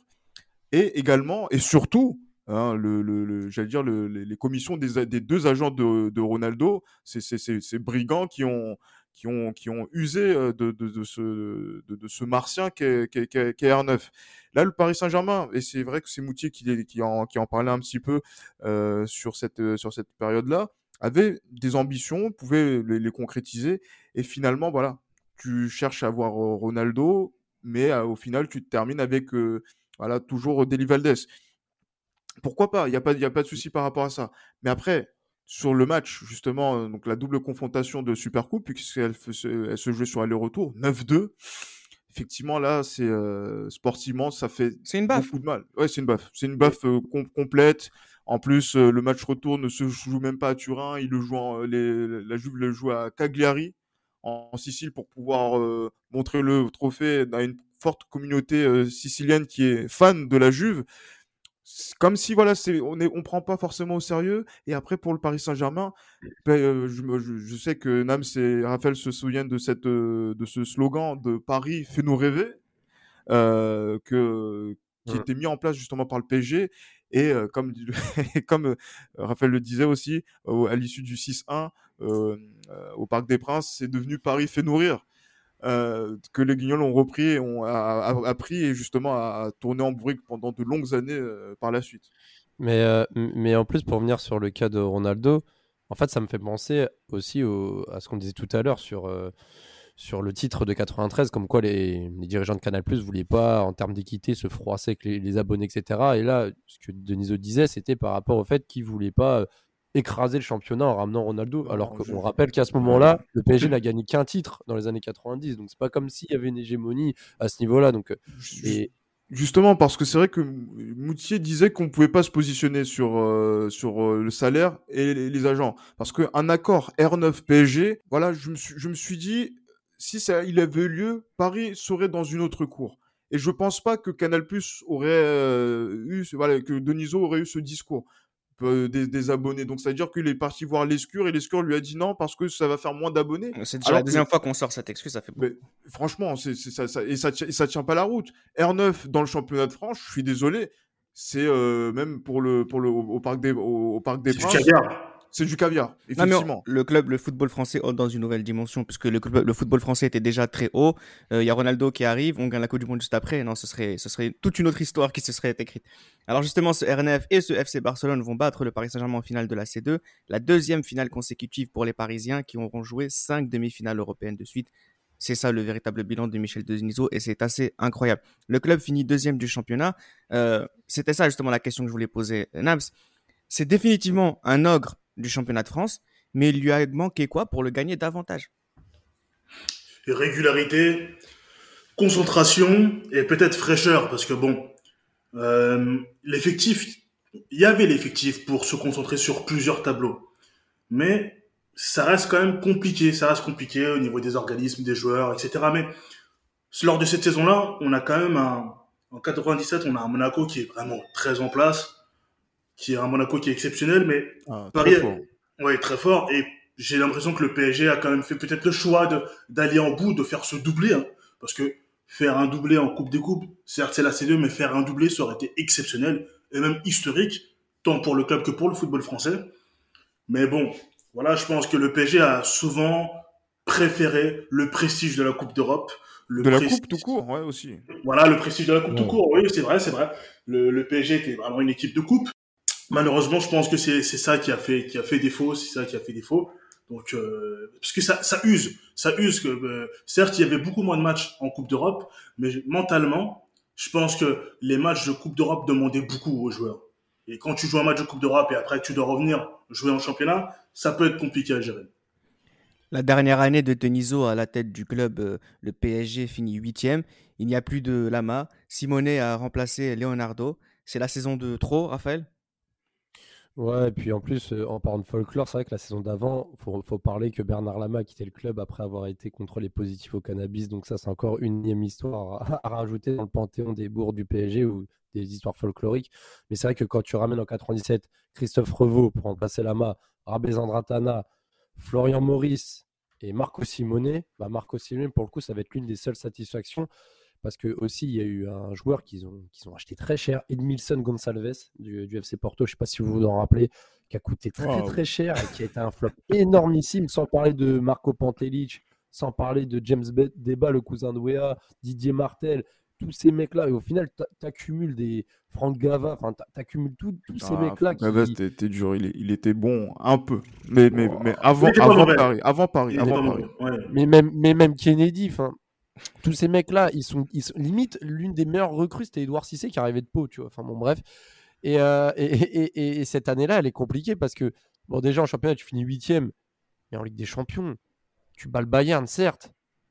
et également, et surtout, hein, le, le, le, j'allais dire le, les, les commissions des, des deux agents de, de Ronaldo, c'est ces, ces, ces brigands qui ont, qui ont, qui ont usé de, de, de, ce, de, de ce martien qu'est, qu'est, qu'est, qu'est R neuf. Là, le Paris Saint-Germain, et c'est vrai que c'est Moutier qui, qui, en, qui en parlait un petit peu euh, sur cette, sur cette période-là, avait des ambitions, pouvait les, les concrétiser, et finalement, voilà, tu cherches à avoir euh, Ronaldo, mais euh, au final, tu te termines avec euh, voilà, toujours Deli Valdés. Pourquoi pas? Il n'y a pas, il y a pas de souci par rapport à ça. Mais après, sur le match, justement, euh, donc la double confrontation de Supercoupe, puisqu'elle se, elle se jouait sur aller-retour, neuf deux. Effectivement, là, c'est euh, sportivement, ça fait c'est une baffe. beaucoup de mal. Ouais, c'est une baffe. C'est une baffe euh, com- complète. En plus, euh, le match retour ne se joue même pas à Turin. Il le joue en, les, la Juve le joue à Cagliari, en, en Sicile, pour pouvoir euh, montrer le trophée à une forte communauté euh, sicilienne qui est fan de la Juve. C'est comme si voilà, c'est, on est, on prend pas forcément au sérieux. Et après, pour le Paris Saint-Germain, ben, euh, je, je, je sais que Nams et Raphaël se souviennent de cette, euh, de ce slogan de Paris fait-nous rêver, euh, que, qui Mm. était mis en place justement par le P S G. Et euh, comme, comme euh, Raphaël le disait aussi, euh, à l'issue du six un euh, euh, au Parc des Princes, c'est devenu Paris fait nourrir. Euh, que les Guignols ont repris et ont appris et justement à tourner en bourrique pendant de longues années euh, par la suite. Mais, euh, mais en plus, pour venir sur le cas de Ronaldo, en fait, ça me fait penser aussi au, à ce qu'on disait tout à l'heure sur, euh, sur le titre de quatre-vingt-treize, comme quoi les, les dirigeants de Canal+ ne voulaient pas, en termes d'équité, se froisser avec les, les abonnés, et cetera. Et là, ce que Denisot disait, c'était par rapport au fait qu'ils ne voulaient pas euh, écraser le championnat en ramenant Ronaldo. Non, alors qu'on je- rappelle qu'à ce moment-là, le P S G n'a gagné qu'un titre dans les années quatre-vingt-dix. Donc, c'est pas comme s'il y avait une hégémonie à ce niveau-là. Donc, euh, et, Justement, parce que c'est vrai que Moutier disait qu'on ne pouvait pas se positionner sur, euh, sur euh, le salaire et les, les agents. Parce qu'un accord R neuf P S G, voilà, je me suis, je me suis dit, si ça, il avait eu lieu, Paris serait dans une autre cour. Et je pense pas que Canal+ aurait euh, eu, voilà, que Denisot aurait eu ce discours euh, des, des abonnés. Donc, c'est-à-dire qu'il est parti voir Lescure et Lescure lui a dit non parce que ça va faire moins d'abonnés. C'est déjà Alors la que- deuxième fois qu'on sort cette excuse, ça fait beaucoup. mais franchement, c'est, c'est ça, ça, et ça, tient- et ça tient pas la route. R neuf dans le championnat de France, je suis désolé, c'est euh, même pour le, pour le, au, au parc des, au, au parc des C'est du Princes, caviar. c'est du caviar, Non, mais effectivement. on- le club, le football français entre dans une nouvelle dimension, puisque le, club- le football français était déjà très haut. Il y a Ronaldo qui arrive, on gagne la Coupe du Monde juste après. Non, ce serait, ce serait toute une autre histoire qui se serait écrite. Alors justement, ce R N F et ce F C Barcelone vont battre le Paris Saint-Germain en finale de la C deux, la deuxième finale consécutive pour les Parisiens qui auront joué cinq demi-finales européennes de suite. C'est ça le véritable bilan de Michel Denisot et c'est assez incroyable. Le club finit deuxième du championnat. Euh, c'était ça justement la question que je voulais poser, Nams. C'est définitivement un ogre du championnat de France, mais il lui a manqué quoi pour le gagner davantage? Régularité, concentration et peut-être fraîcheur, parce que bon, euh, l'effectif, il y avait l'effectif pour se concentrer sur plusieurs tableaux, mais ça reste quand même compliqué, ça reste compliqué au niveau des organismes, des joueurs, et cetera. Mais lors de cette saison-là, on a quand même un, en quatre-vingt-dix-sept, on a un Monaco qui est vraiment très en place, qui est un Monaco qui est exceptionnel, mais Ah, Paris, très fort. ouais, très fort. Et j'ai l'impression que le P S G a quand même fait peut-être le choix de, d'aller en bout, de faire ce doublé, hein, parce que faire un doublé en Coupe des Coupes, certes c'est la C deux, mais faire un doublé, ça aurait été exceptionnel et même historique, tant pour le club que pour le football français. Mais bon, voilà, je pense que le P S G a souvent préféré le prestige de la Coupe d'Europe. Le De la prestige- coupe tout court, ouais, aussi. Voilà, le prestige de la Coupe Ouais. tout court. Oui, c'est vrai, c'est vrai. Le, le P S G était vraiment une équipe de coupe. Malheureusement, je pense que c'est c'est ça qui a fait qui a fait défaut, c'est ça qui a fait défaut. Donc euh, parce que ça ça use, ça use que euh, certes, il y avait beaucoup moins de matchs en Coupe d'Europe, mais mentalement, je pense que les matchs de Coupe d'Europe demandaient beaucoup aux joueurs. Et quand tu joues un match de Coupe d'Europe et après tu dois revenir jouer en championnat, ça peut être compliqué à gérer. La dernière année de Denisot à la tête du club, euh, le P S G finit huitième. Il n'y a plus de Lama. Simonet a remplacé Leonardo. C'est la saison de trop, Raphaël? Ouais, et puis en plus, euh, en parlant de folklore, c'est vrai que la saison d'avant, il faut, faut parler que Bernard Lama a quitté le club après avoir été contrôlé positif au cannabis. Donc ça, c'est encore une énième histoire à, à rajouter dans le panthéon des bourgs du P S G ou des histoires folkloriques. Mais c'est vrai que quand tu ramènes en quatre-vingt-dix-sept Christophe Revaux pour remplacer Lama, Rabé Zandratana, Florian Maurice et Marco Simonet, bah Marco Simonet, pour le coup, ça va être l'une des seules satisfactions. Parce que aussi, il y a eu un joueur qu'ils ont, qu'ils ont acheté très cher, Edmilson Gonçalves du, du F C Porto, je ne sais pas si vous vous en rappelez, qui a coûté très Wow. très cher et qui a été un flop énormissime, sans parler de Marco Pantelic, sans parler de James Deba, le cousin de Wea, Didier Martel, tous ces mecs-là. Et au final, tu accumules des Franck Gava, enfin, tu accumules tous ces Ah, mecs-là Franck qui. Gavas, t'es t'es dur, il, est- il était bon un peu. Mais, mais, Oh, mais avant, Il était pas avant mauvais. Paris, avant Paris, Il était avant pas Paris. mauvais. Ouais. Mais même, mais même Kennedy, enfin. Tous ces mecs-là, ils sont, ils sont limite l'une des meilleures recrues, c'était Edouard Cissé qui arrivait de Pau, tu vois. Enfin bon, bref. Et, euh, et, et, et, et cette année-là, elle est compliquée parce que, bon, déjà en championnat, tu finis huitième, mais en Ligue des Champions, tu bats le Bayern, certes.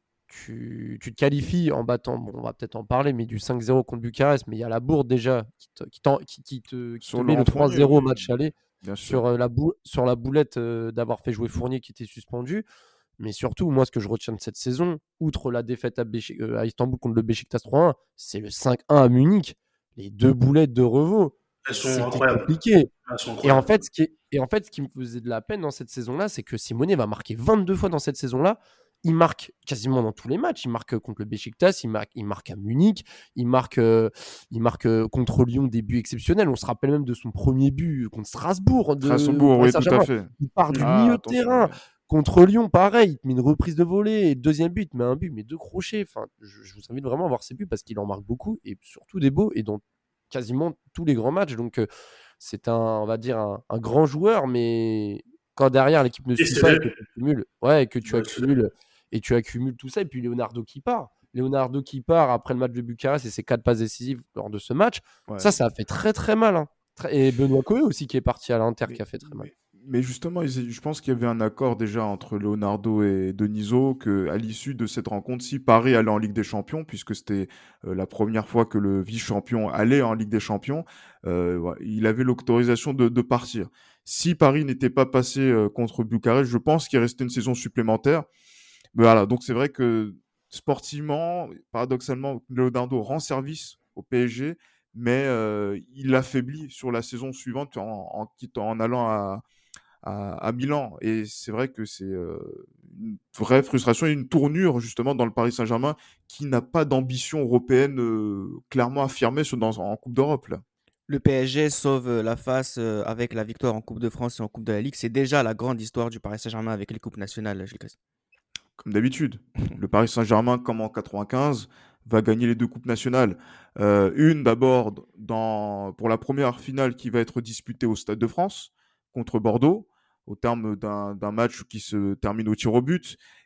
Tu, tu te qualifies en battant, bon, on va peut-être en parler, mais du cinq zéro contre Bucarest, mais il y a la Bourde déjà qui te, qui t'en- qui, qui te, qui Sur te met le Laurent trois Fournier, zéro au oui. match aller Bien sûr. sur, euh, la, bou- sur la boulette euh, d'avoir fait jouer Fournier qui était suspendu. Mais surtout, moi, ce que je retiens de cette saison, outre la défaite à, Béchi- euh, à Istanbul contre le Beşiktaş trois un, c'est le cinq un à Munich. Les deux boulettes de Revaux, Elles sont c'était incroyables. compliqué. Elles sont Et en, incroyables. fait, ce qui est- et en fait, ce qui me faisait de la peine dans cette saison-là, c'est que Simonet va marquer vingt-deux fois dans cette saison-là. Il marque quasiment dans tous les matchs. Il marque contre le Beşiktaş, il marque, il marque à Munich, il marque, euh, il marque euh, contre Lyon des buts exceptionnels. On se rappelle même de son premier but contre Strasbourg. De Strasbourg, Paris oui, tout à Saint-Germain. fait. Il part du Ah, milieu de attention, terrain. ouais. Contre Lyon, pareil, il te met une reprise de volée. Et deuxième but, il te met un but, mais deux crochets. Enfin, je, je vous invite vraiment à voir ses buts parce qu'il en marque beaucoup et surtout des beaux et dans quasiment tous les grands matchs. Donc, euh, c'est un, on va dire, un, un grand joueur, mais quand derrière l'équipe ne Et suit c'est pas et vrai. que tu accumules, ouais, et que tu Ouais, c'est accumules et tu accumules tout ça, et puis Leonardo qui part. Leonardo qui part après le match de Bucarest et ses quatre passes décisives lors de ce match, Ouais. ça, ça a fait très très mal. Hein. Très- Et Benoît Coé aussi qui est parti à l'Inter qui a fait très mal. Mais, mais justement, ils- je pense qu'il y avait un accord déjà entre Leonardo et Denisot qu'à l'issue de cette rencontre, si Paris allait en Ligue des Champions, puisque c'était euh, la première fois que le vice-champion allait en Ligue des Champions, euh, ouais, il avait l'autorisation de, de partir. Si Paris n'était pas passé euh, contre Bucarest, je pense qu'il restait une saison supplémentaire. Mais voilà, donc c'est vrai que sportivement, paradoxalement, Leonardo rend service au P S G, mais euh, il l'affaiblit sur la saison suivante en, en, quittant, en allant à, à, à Milan. Et c'est vrai que c'est euh, une vraie frustration et une tournure justement dans le Paris Saint-Germain qui n'a pas d'ambition européenne euh, clairement affirmée sur, dans, en Coupe d'Europe, là. Le P S G sauve euh, la face euh, avec la victoire en Coupe de France et en Coupe de la Ligue. C'est déjà la grande histoire du Paris Saint-Germain avec les coupes nationales, Gilles Christ. Comme d'habitude. Le Paris Saint-Germain, comme en quatre-vingt-quinze, va gagner les deux coupes nationales. Euh, une d'abord dans, pour la première finale qui va être disputée au Stade de France contre Bordeaux, au terme d'un, d'un match qui se termine au tir au but.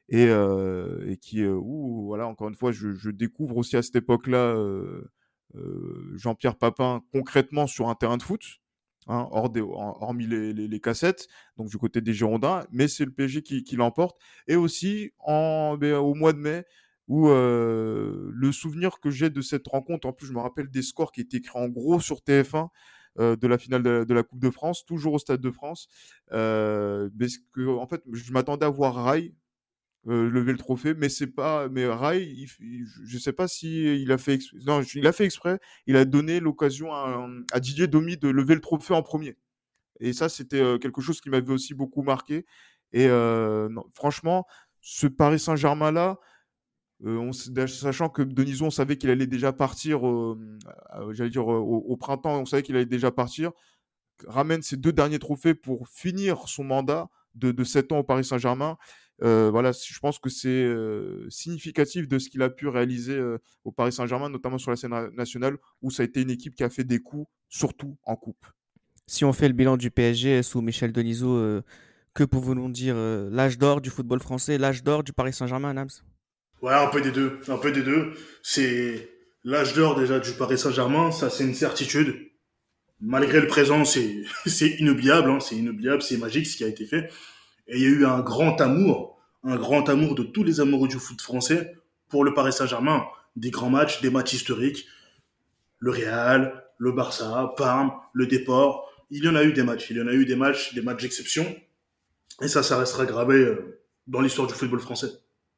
et, euh, et qui, euh, où, voilà, encore une fois, je, je découvre aussi à cette époque-là euh, euh, Jean-Pierre Papin concrètement sur un terrain de foot, hein, hors des, hormis les, les, les cassettes, donc du côté des Girondins, mais c'est le P S G qui, qui l'emporte. Et aussi en, ben, au mois de mai, où euh, le souvenir que j'ai de cette rencontre, en plus je me rappelle des scores qui étaient écrits en gros sur T F un, euh, de la finale de la, de la Coupe de France, toujours au Stade de France, euh, parce que en fait je m'attendais à voir Rai euh, lever le trophée, mais c'est pas, mais Rai, il, il, je sais pas si il a fait, exprès, non, il a fait exprès, il a donné l'occasion à, à Didier Domi de lever le trophée en premier. Et ça, c'était euh, quelque chose qui m'avait aussi beaucoup marqué. Et euh, non, franchement, ce Paris Saint-Germain là, euh, on, sachant que Denisot, on savait qu'il allait déjà partir, euh, euh, j'allais dire euh, au, au printemps, on savait qu'il allait déjà partir, ramène ses deux derniers trophées pour finir son mandat de, de sept ans au Paris Saint-Germain. Euh, voilà, je pense que c'est euh, significatif de ce qu'il a pu réaliser euh, au Paris Saint-Germain, notamment sur la scène nationale, où ça a été une équipe qui a fait des coups, surtout en coupe. Si on fait le bilan du P S G sous Michel Denisot, euh, que pouvons-nous dire euh, l'âge d'or du football français, l'âge d'or du Paris Saint-Germain, Nams? Ouais, un peu des deux. Un peu des deux. C'est l'âge d'or déjà du Paris Saint-Germain, ça c'est une certitude. Malgré le présent, c'est, c'est inoubliable, hein, c'est inoubliable, c'est magique ce qui a été fait. Et il y a eu un grand amour, un grand amour de tous les amoureux du foot français pour le Paris Saint-Germain. Des grands matchs, des matchs historiques. Le Real, le Barça, Parme, le Déport. Il y en a eu des matchs. Il y en a eu des matchs, des matchs d'exception. Et ça, ça restera gravé dans l'histoire du football français.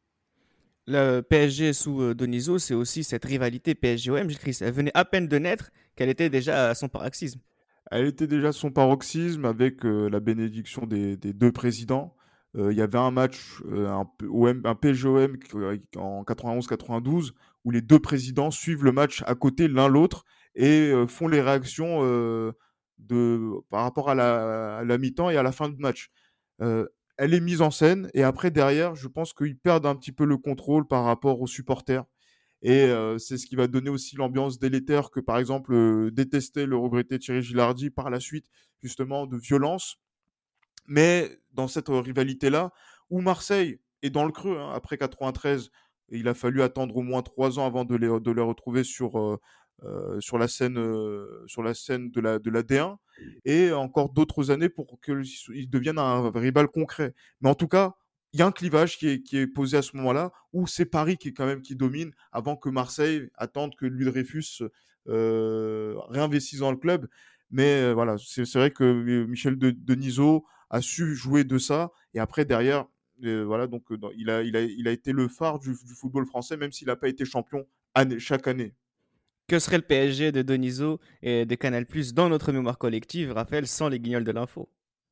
Le P S G sous euh, Denisot, c'est aussi cette rivalité P S G O M, Chris. Elle venait à peine de naître qu'elle était déjà à son paroxysme. Elle était déjà à son paroxysme avec euh, la bénédiction des, des deux présidents. Euh, il y avait un match, euh, un, O M, un P S G O M en quatre-vingt-onze quatre-vingt-douze, où les deux présidents suivent le match à côté l'un l'autre et euh, font les réactions euh, de, par rapport à la, à la mi-temps et à la fin du match. Euh, elle est mise en scène et après, derrière, je pense qu'ils perdent un petit peu le contrôle par rapport aux supporters. Et euh, c'est ce qui va donner aussi l'ambiance délétère que, par exemple, euh, détestait le regretté Thierry Gilardi par la suite, justement, de violence. Mais dans cette euh, rivalité-là, où Marseille est dans le creux, hein, après quatre-vingt-treize, et il a fallu attendre au moins trois ans avant de les, de les retrouver sur, euh, euh, sur la scène, euh, sur la scène de, la, de la D un, et encore d'autres années pour qu'ils deviennent un rival concret. Mais en tout cas, il y a un clivage qui est, qui est posé à ce moment-là, où c'est Paris qui, quand même, qui domine, avant que Marseille attende que Louis Dreyfus euh, réinvestisse dans le club. Mais euh, voilà, c'est, c'est vrai que Michel de, Denisot a su jouer de ça, et après, derrière, euh, voilà, donc, euh, il, a, il, a, il a été le phare du, du football français, même s'il n'a pas été champion année, chaque année. Que serait le P S G de Denisot et de Canal+, dans notre mémoire collective, Raphaël, sans les guignols de l'info?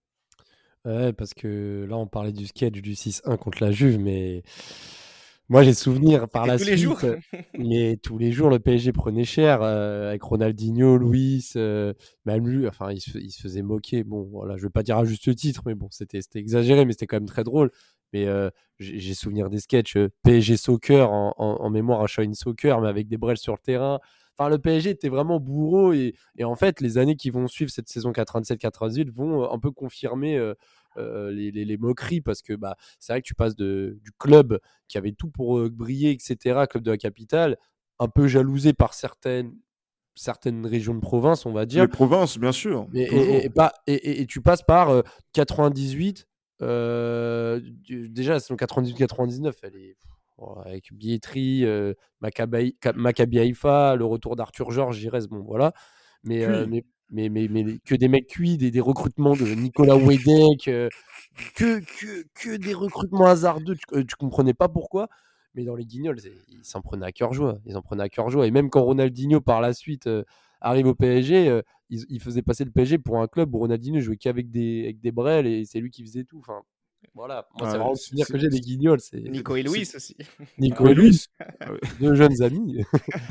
Ouais, parce que là, on parlait du sketch du six un contre la Juve, mais moi, j'ai souvenir par C'était la tous suite. les jours. Mais tous les jours, le P S G prenait cher euh, avec Ronaldinho, Luis, euh, même lui. Enfin, il se, il se faisait moquer. Bon, voilà, je vais pas dire à juste titre, mais bon, c'était, c'était exagéré, mais c'était quand même très drôle. Mais euh, j'ai, j'ai souvenir des sketchs euh, P S G Soccer en, en, en mémoire, un Shine Soccer, mais avec des brels sur le terrain. Enfin, le P S G était vraiment bourreau et, et en fait, les années qui vont suivre cette saison quatre-vingt-sept quatre-vingt-dix-huit vont un peu confirmer euh, euh, les, les, les moqueries parce que bah, c'est vrai que tu passes de, du club qui avait tout pour euh, briller, et cetera, club de la capitale, un peu jalousé par certaines, certaines régions de province, on va dire. Les provinces, bien sûr. Et, et, et, pas, et, et, et tu passes par euh, quatre-vingt-dix-huit, euh, déjà la saison quatre-vingt-dix-huit quatre-vingt-dix-neuf, elle est... avec billetterie, euh, Maccabi, Maccabi Haïfa, le retour d'Arthur Georges, Giresse, bon voilà. Mais, euh, mais, mais, mais, mais que des mecs cuits, des, des recrutements de Nicolas Wedek, euh, que, que, que des recrutements hasardeux, tu, euh, tu comprenais pas pourquoi. Mais dans les Guignols, ils s'en prenaient à cœur joie. Ils en prenaient à cœur joie. Et même quand Ronaldinho, par la suite, euh, arrive au P S G, euh, il, il faisait passer le P S G pour un club où Ronaldinho jouait qu'avec des, avec des brels et c'est lui qui faisait tout. Enfin, voilà, moi, ouais, c'est vraiment le souvenir que j'ai des Guignols. C'est... Nico et Louis aussi. Nico et Louis, deux jeunes amis.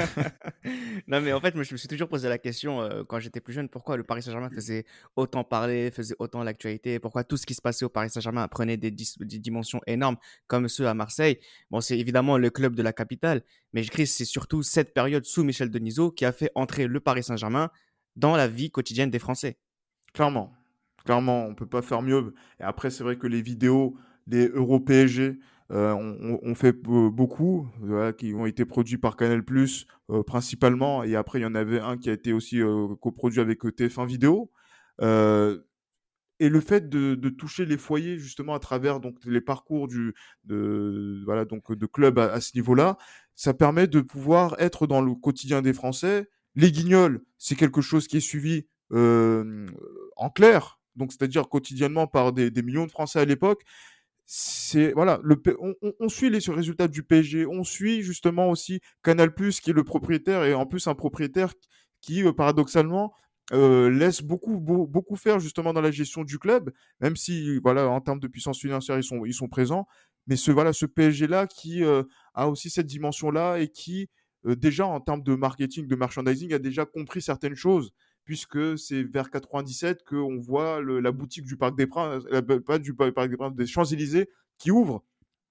Non, mais en fait, moi, je me suis toujours posé la question euh, quand j'étais plus jeune, pourquoi le Paris Saint-Germain faisait autant parler, faisait autant l'actualité, pourquoi tout ce qui se passait au Paris Saint-Germain prenait des, dis- des dimensions énormes comme ceux à Marseille. Bon, c'est évidemment le club de la capitale, mais je crie, c'est surtout cette période sous Michel Denisot qui a fait entrer le Paris Saint-Germain dans la vie quotidienne des Français. Clairement. Clairement, on ne peut pas faire mieux. Et après, c'est vrai que les vidéos, les Euro P S G, euh, on, on fait b- beaucoup, voilà, qui ont été produits par Canal+, euh, principalement, et après il y en avait un qui a été aussi euh, coproduit avec euh, T F un Vidéo. Euh, et le fait de, de toucher les foyers justement à travers donc les parcours du de voilà donc de clubs à, à ce niveau-là, ça permet de pouvoir être dans le quotidien des Français. Les Guignols, c'est quelque chose qui est suivi euh, en clair, donc c'est-à-dire quotidiennement par des, des millions de Français à l'époque. C'est voilà, le, P- on, on- on suit les résultats du P S G, on suit justement aussi Canal+, qui est le propriétaire, et en plus un propriétaire qui, euh, paradoxalement, euh, laisse beaucoup, beau- beaucoup faire justement dans la gestion du club, même si voilà, en termes de puissance financière, ils sont, ils sont présents. Mais ce, voilà, ce P S G-là qui euh, a aussi cette dimension-là et qui, euh, déjà en termes de marketing, de merchandising, a déjà compris certaines choses, puisque c'est vers quatre-vingt-dix-sept qu'on voit le- la boutique du Parc des Princes, la- pas du Parc des Princes, des Champs-Élysées, qui ouvre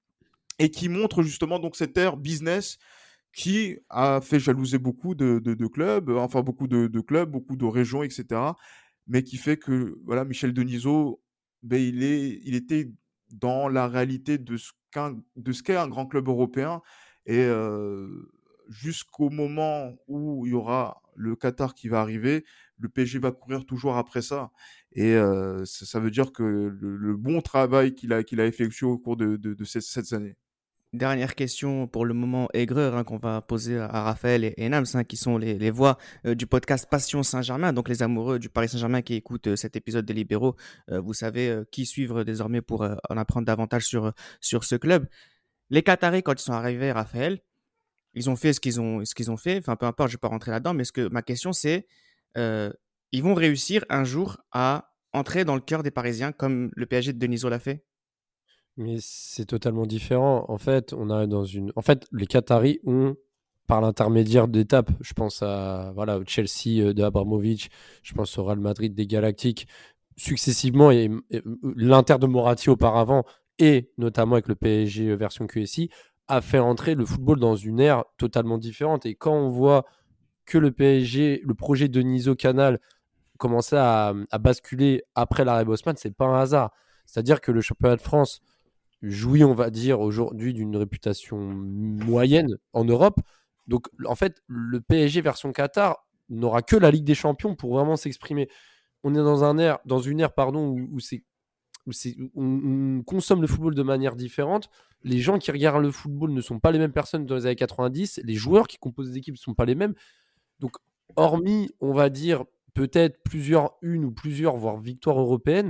et qui montre justement donc cette ère business qui a fait jalouser beaucoup de, de- de clubs, euh, enfin beaucoup de, de clubs, beaucoup de régions, et cetera. Mais qui fait que voilà, Michel Denisot, ben, il est, il était dans la réalité de ce qu'un, de ce qu'est un grand club européen. Et euh, jusqu'au moment où il y aura le Qatar qui va arriver, le P S G va courir toujours après ça. Et euh, ça, ça veut dire que le, le bon travail qu'il a, qu'il a effectué au cours de, de, de ces sept années. Dernière question pour le moment aigreur hein, qu'on va poser à Raphaël et, et Nams, hein, qui sont les, les voix euh, du podcast Passion Saint-Germain, donc les amoureux du Paris Saint-Germain qui écoutent euh, cet épisode des Libéraux. Euh, vous savez euh, qui suivre désormais pour euh, en apprendre davantage sur, sur ce club. Les Qataris, quand ils sont arrivés, Raphaël, ils ont fait ce qu'ils ont, ce qu'ils ont fait. Enfin, peu importe, je ne vais pas rentrer là-dedans, mais ce que, ma question c'est, euh, ils vont réussir un jour à entrer dans le cœur des Parisiens comme le P S G de Denisot l'a fait? Mais c'est totalement différent. En fait, on a dans une. En fait, les Qataris ont, par l'intermédiaire d'étapes, je pense à voilà au Chelsea euh, de Abramovich, je pense au Real Madrid des Galactiques, successivement, et, et l'Inter de Moratti auparavant, et notamment avec le P S G version Q S I, a fait entrer le football dans une ère totalement différente. Et quand on voit que le P S G, le projet de Niso Canal, commençait à, à basculer après l'arrêt Bosman, c'est pas un hasard. C'est-à-dire que le championnat de France jouit, on va dire, aujourd'hui d'une réputation moyenne en Europe. Donc, en fait, le P S G version Qatar n'aura que la Ligue des Champions pour vraiment s'exprimer. On est dans, un air, dans une ère pardon, où, où, c'est, où, c'est, où on consomme le football de manière différente. Les gens qui regardent le football ne sont pas les mêmes personnes que dans les années quatre-vingt-dix. Les joueurs qui composent les équipes ne sont pas les mêmes. Donc, hormis, on va dire, peut-être plusieurs unes ou plusieurs, voire victoires européennes,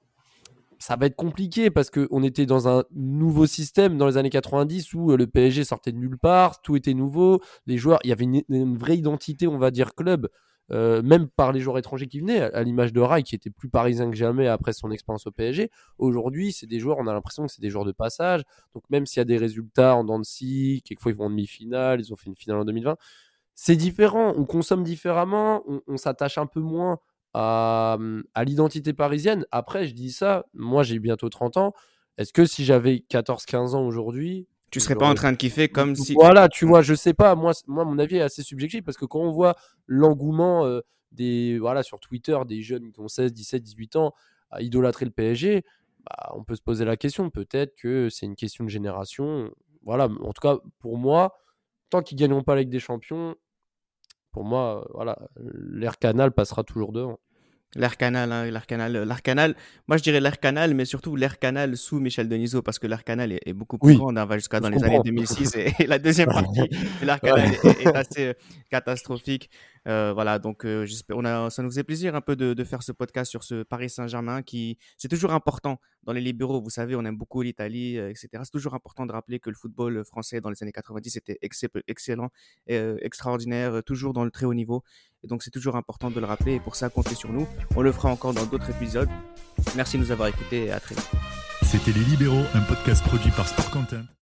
ça va être compliqué parce qu'on était dans un nouveau système dans les années quatre-vingt-dix où le P S G sortait de nulle part, tout était nouveau, les joueurs, il y avait une, une vraie identité, on va dire, club, euh, même par les joueurs étrangers qui venaient, à l'image de Rai qui était plus parisien que jamais après son expérience au P S G. Aujourd'hui, c'est des joueurs, on a l'impression que c'est des joueurs de passage, donc même s'il y a des résultats en dents de scie, quelquefois ils vont en demi-finale, ils ont fait une finale en deux mille vingt, c'est différent, on consomme différemment, on, on s'attache un peu moins À, à l'identité parisienne. Après, je dis ça, moi j'ai bientôt trente ans. Est-ce que si j'avais quatorze quinze ans aujourd'hui, tu serais pas en train de kiffer comme si... Voilà, tu vois, je sais pas. Moi, moi, mon avis est assez subjectif parce que quand on voit l'engouement euh, des, voilà, sur Twitter des jeunes qui ont seize, dix-sept, dix-huit ans à idolâtrer le P S G, bah, on peut se poser la question. Peut-être que c'est une question de génération. Voilà, en tout cas, pour moi, tant qu'ils ne gagneront pas la Ligue des Champions, pour moi, voilà, l'ère Canal passera toujours devant. L'air Canal, hein, l'air Canal, l'air Canal. Moi, je dirais l'air Canal, mais surtout l'air Canal sous Michel Denisot, parce que l'air Canal est, est beaucoup plus oui, grande, hein, va jusqu'à dans les années deux mille six, et, et la deuxième partie de l'air Canal est, est assez euh, catastrophique. Euh, voilà, donc euh, j'espère, on a, ça nous faisait plaisir un peu de, de faire ce podcast sur ce Paris Saint-Germain qui, c'est toujours important dans les libéraux. Vous savez, on aime beaucoup l'Italie, euh, et cetera. C'est toujours important de rappeler que le football français dans les années quatre-vingt-dix était ex- excellent, euh, extraordinaire, toujours dans le très haut niveau. Et donc, c'est toujours important de le rappeler. Et pour ça, comptez sur nous. On le fera encore dans d'autres épisodes. Merci de nous avoir écoutés et à très vite. C'était Les Libéraux, un podcast produit par Sport Content.